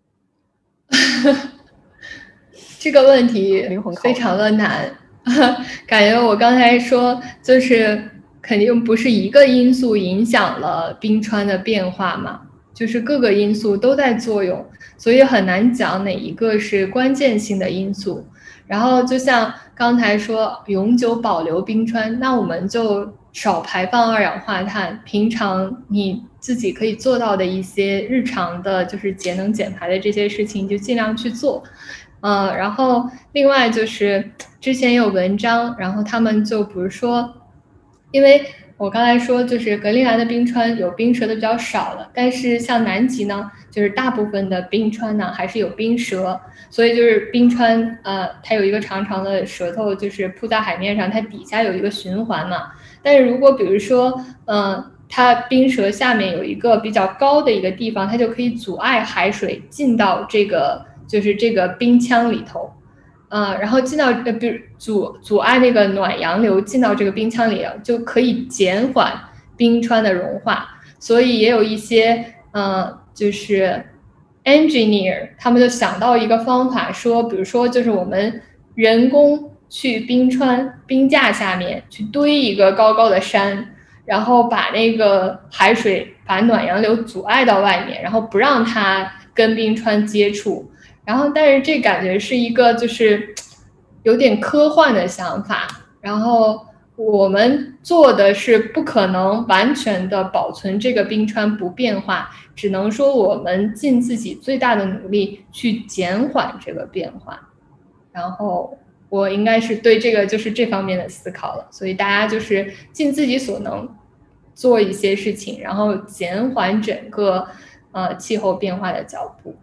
这个问题非常的难，感觉我刚才说就是肯定不是一个因素影响了冰川的变化嘛，就是各个因素都在作用，所以很难讲哪一个是关键性的因素。然后就像刚才说永久保留冰川，那我们就少排放二氧化碳，平常你自己可以做到的一些日常的就是节能减排的这些事情就尽量去做。呃，然后另外就是之前有文章，然后他们就比如说，因为我刚才说就是格陵兰的冰川有冰舌的比较少了，但是像南极呢，就是大部分的冰川呢还是有冰舌，所以就是冰川呃它有一个长长的舌头就是铺在海面上，它底下有一个循环嘛。但是如果比如说嗯、呃、它冰舌下面有一个比较高的一个地方，它就可以阻碍海水进到这个就是这个冰腔里头。呃，然后进到呃，比如阻阻碍那个暖洋流进到这个冰腔里，就可以减缓冰川的融化。所以也有一些呃，就是 engineer 他们就想到一个方法，说，比如说就是我们人工去冰川冰架下面去堆一个高高的山，然后把那个海水把暖洋流阻碍到外面，然后不让它跟冰川接触。然后但是这感觉是一个就是有点科幻的想法，然后我们做的是不可能完全的保存这个冰川不变化，只能说我们尽自己最大的努力去减缓这个变化。然后我应该是对这个就是这方面的思考了，所以大家就是尽自己所能做一些事情，然后减缓整个呃气候变化的脚步。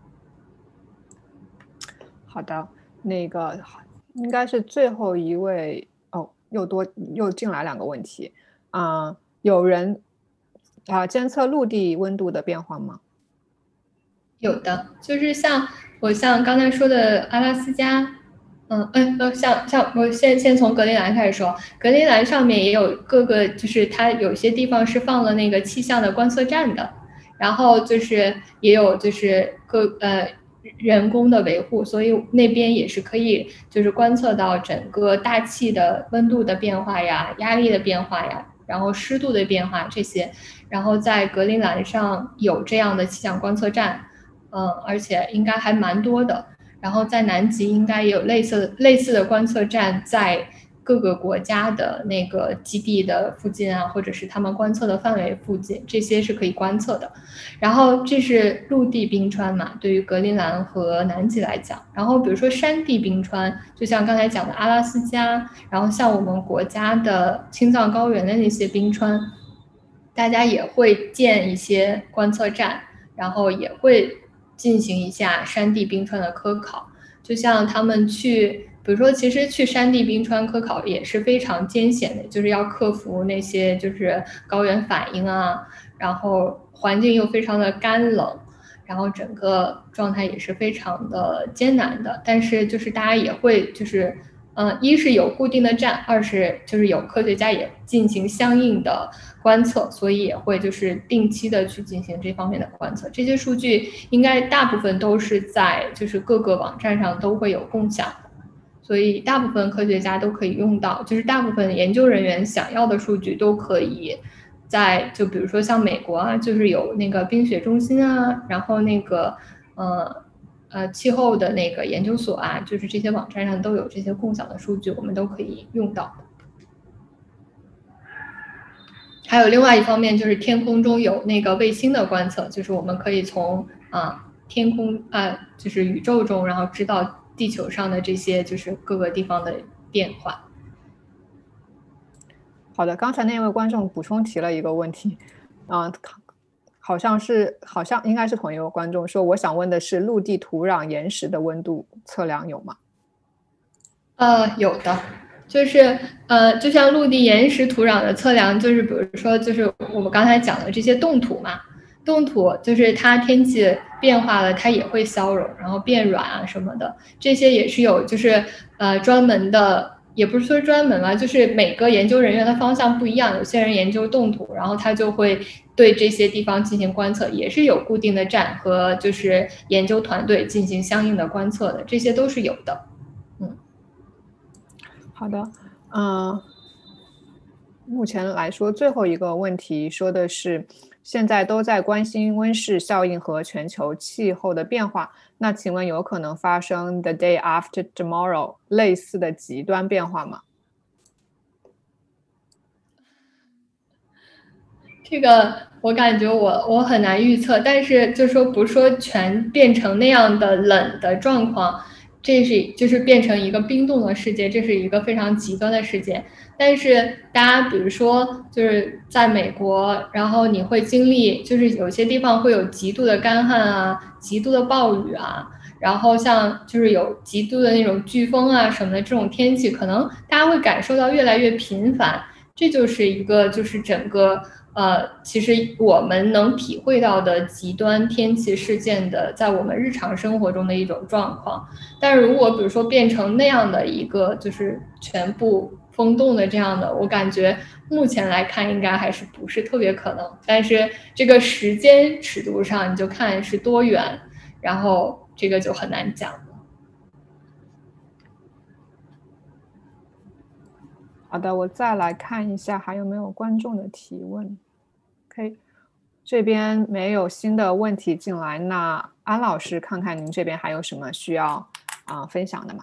好的，那个应该是最后一位哦，又多又进来两个问题啊、呃，有人啊、呃、监测陆地温度的变化吗？ 有的，就是像我像刚才说的阿拉斯加，嗯呃像像我先先从格陵兰开始说，格陵兰上面也有各个，就是它有些地方是放了那个气象的观测站的，然后就是也有就是各呃。人工的维护，所以那边也是可以就是观测到整个大气的温度的变化呀、压力的变化呀，然后湿度的变化这些，然后在格陵兰上有这样的气象观测站，嗯，而且应该还蛮多的。然后在南极应该也有类似类似的观测站在各个国家的那个基地的附近啊，或者是他们观测的范围附近，这些是可以观测的。然后这是陆地冰川嘛，对于格陵兰和南极来讲。然后比如说山地冰川，就像刚才讲的阿拉斯加，然后像我们国家的青藏高原的那些冰川，大家也会建一些观测站，然后也会进行一下山地冰川的科考。就像他们去比如说其实去山地冰川科考也是非常艰险的，就是要克服那些就是高原反应啊，然后环境又非常的干冷，然后整个状态也是非常的艰难的。但是就是大家也会就是嗯，一是有固定的站，二是就是有科学家也进行相应的观测，所以也会就是定期的去进行这方面的观测。这些数据应该大部分都是在就是各个网站上都会有共享，所以大部分科学家都可以用到，就是大部分研究人员想要的数据都可以在，就比如说像美国啊，就是有那个冰雪中心啊，然后那个呃呃气候的那个研究所啊，就是这些网站上都有这些共享的数据，我们都可以用到。还有另外一方面就是天空中有那个卫星的观测，就是我们可以从啊天空啊就是宇宙中，然后知道地球上的这些就是各个地方的变化。 好的，刚才那位观众补充提了一个问题，啊、呃，好像是好像应该是同一个观众说，我想问的是陆地土壤岩石的温度测量有吗？ 呃，有的。就是呃，就像陆地岩石土壤的测量，就是比如说，就是我们刚才讲的这些冻土嘛，冻土就是它天气变化了，它也会消融，然后变软啊什么的，这些也是有就是呃专门的，也不是说专门吧，就是每个研究人员的方向不一样，有些人研究冻土，然后他就会对这些地方进行观测，也是有固定的站和就是研究团队进行相应的观测的，这些都是有的。 好的，嗯、呃，目前来说，最后一个问题说的是，现在都在关心温室效应和全球气候的变化，那请问有可能发生 the day after tomorrow 类似的极端变化吗？ 这个我感觉我我很难预测，但是就说不是说全变成那样的冷的状况。这是就是变成一个冰冻的世界，这是一个非常极端的世界。但是大家比如说就是在美国，然后你会经历就是有些地方会有极度的干旱啊，极度的暴雨啊，然后像就是有极度的那种飓风啊什么的这种天气，可能大家会感受到越来越频繁。这就是一个就是整个呃，其实我们能体会到的极端天气事件的，在我们日常生活中的一种状况。但是如果比如说变成那样的一个就是全部封冻的这样的，我感觉目前来看应该还是不是特别可能。但是这个时间尺度上你就看是多远，然后这个就很难讲了。 好的，我再来看一下还有没有观众的提问。OK， 这边没有新的问题进来，那安老师看看您这边还有什么需要啊、呃、分享的吗？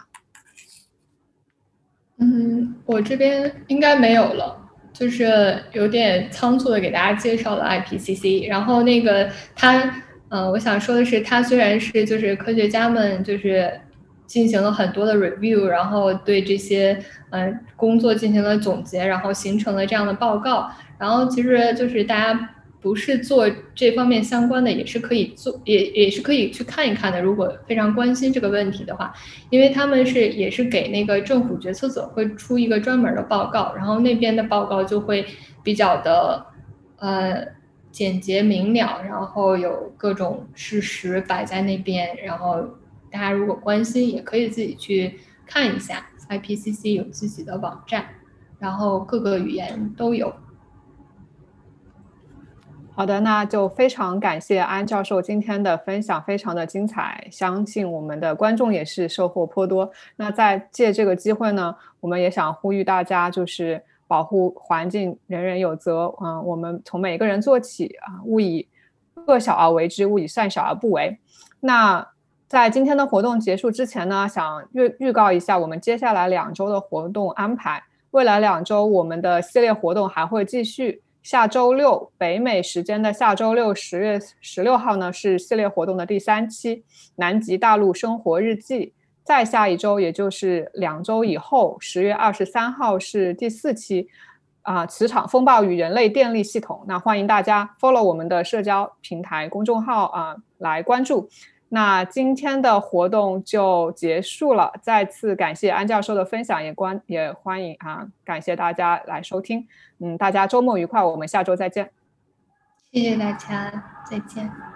嗯，我这边应该没有了，就是有点仓促的给大家介绍了 I P C C， 然后那个它，呃，我想说的是，它虽然是就是科学家们就是进行了很多的 review， 然后对这些呃工作进行了总结，然后形成了这样的报告，然后其实就是大家不是做这方面相关的，也是可以做，也也是可以去看一看的。如果非常关心这个问题的话，因为他们是也是给那个政府决策者会出一个专门的报告，然后那边的报告就会比较的呃简洁明了，然后有各种事实摆在那边，然后大家如果关心也可以自己去看一下。I P C C 有自己的网站，然后各个语言都有。 好的，那就非常感谢安教授今天的分享，非常的精彩，相信我们的观众也是收获颇多。那在借这个机会呢，我们也想呼吁大家，就是保护环境，人人有责。嗯、呃，我们从每个人做起啊，勿以恶小而为之，勿以善小而不为。那在今天的活动结束之前呢，想预预告一下我们接下来两周的活动安排。未来两周我们的系列活动还会继续。下周六北美时间的下周六十月十六号呢是系列活动的第三期南极大陆生活日记，再下一周也就是两周以后十月二十三号是第四期啊、呃，磁场风暴与人类电力系统。那欢迎大家 follow 我们的社交平台公众号啊、呃、来关注。那今天的活动就结束了，再次感谢安教授的分享，也关也欢迎啊，感谢大家来收听。嗯，大家周末愉快，我们下周再见。 谢谢大家，再见。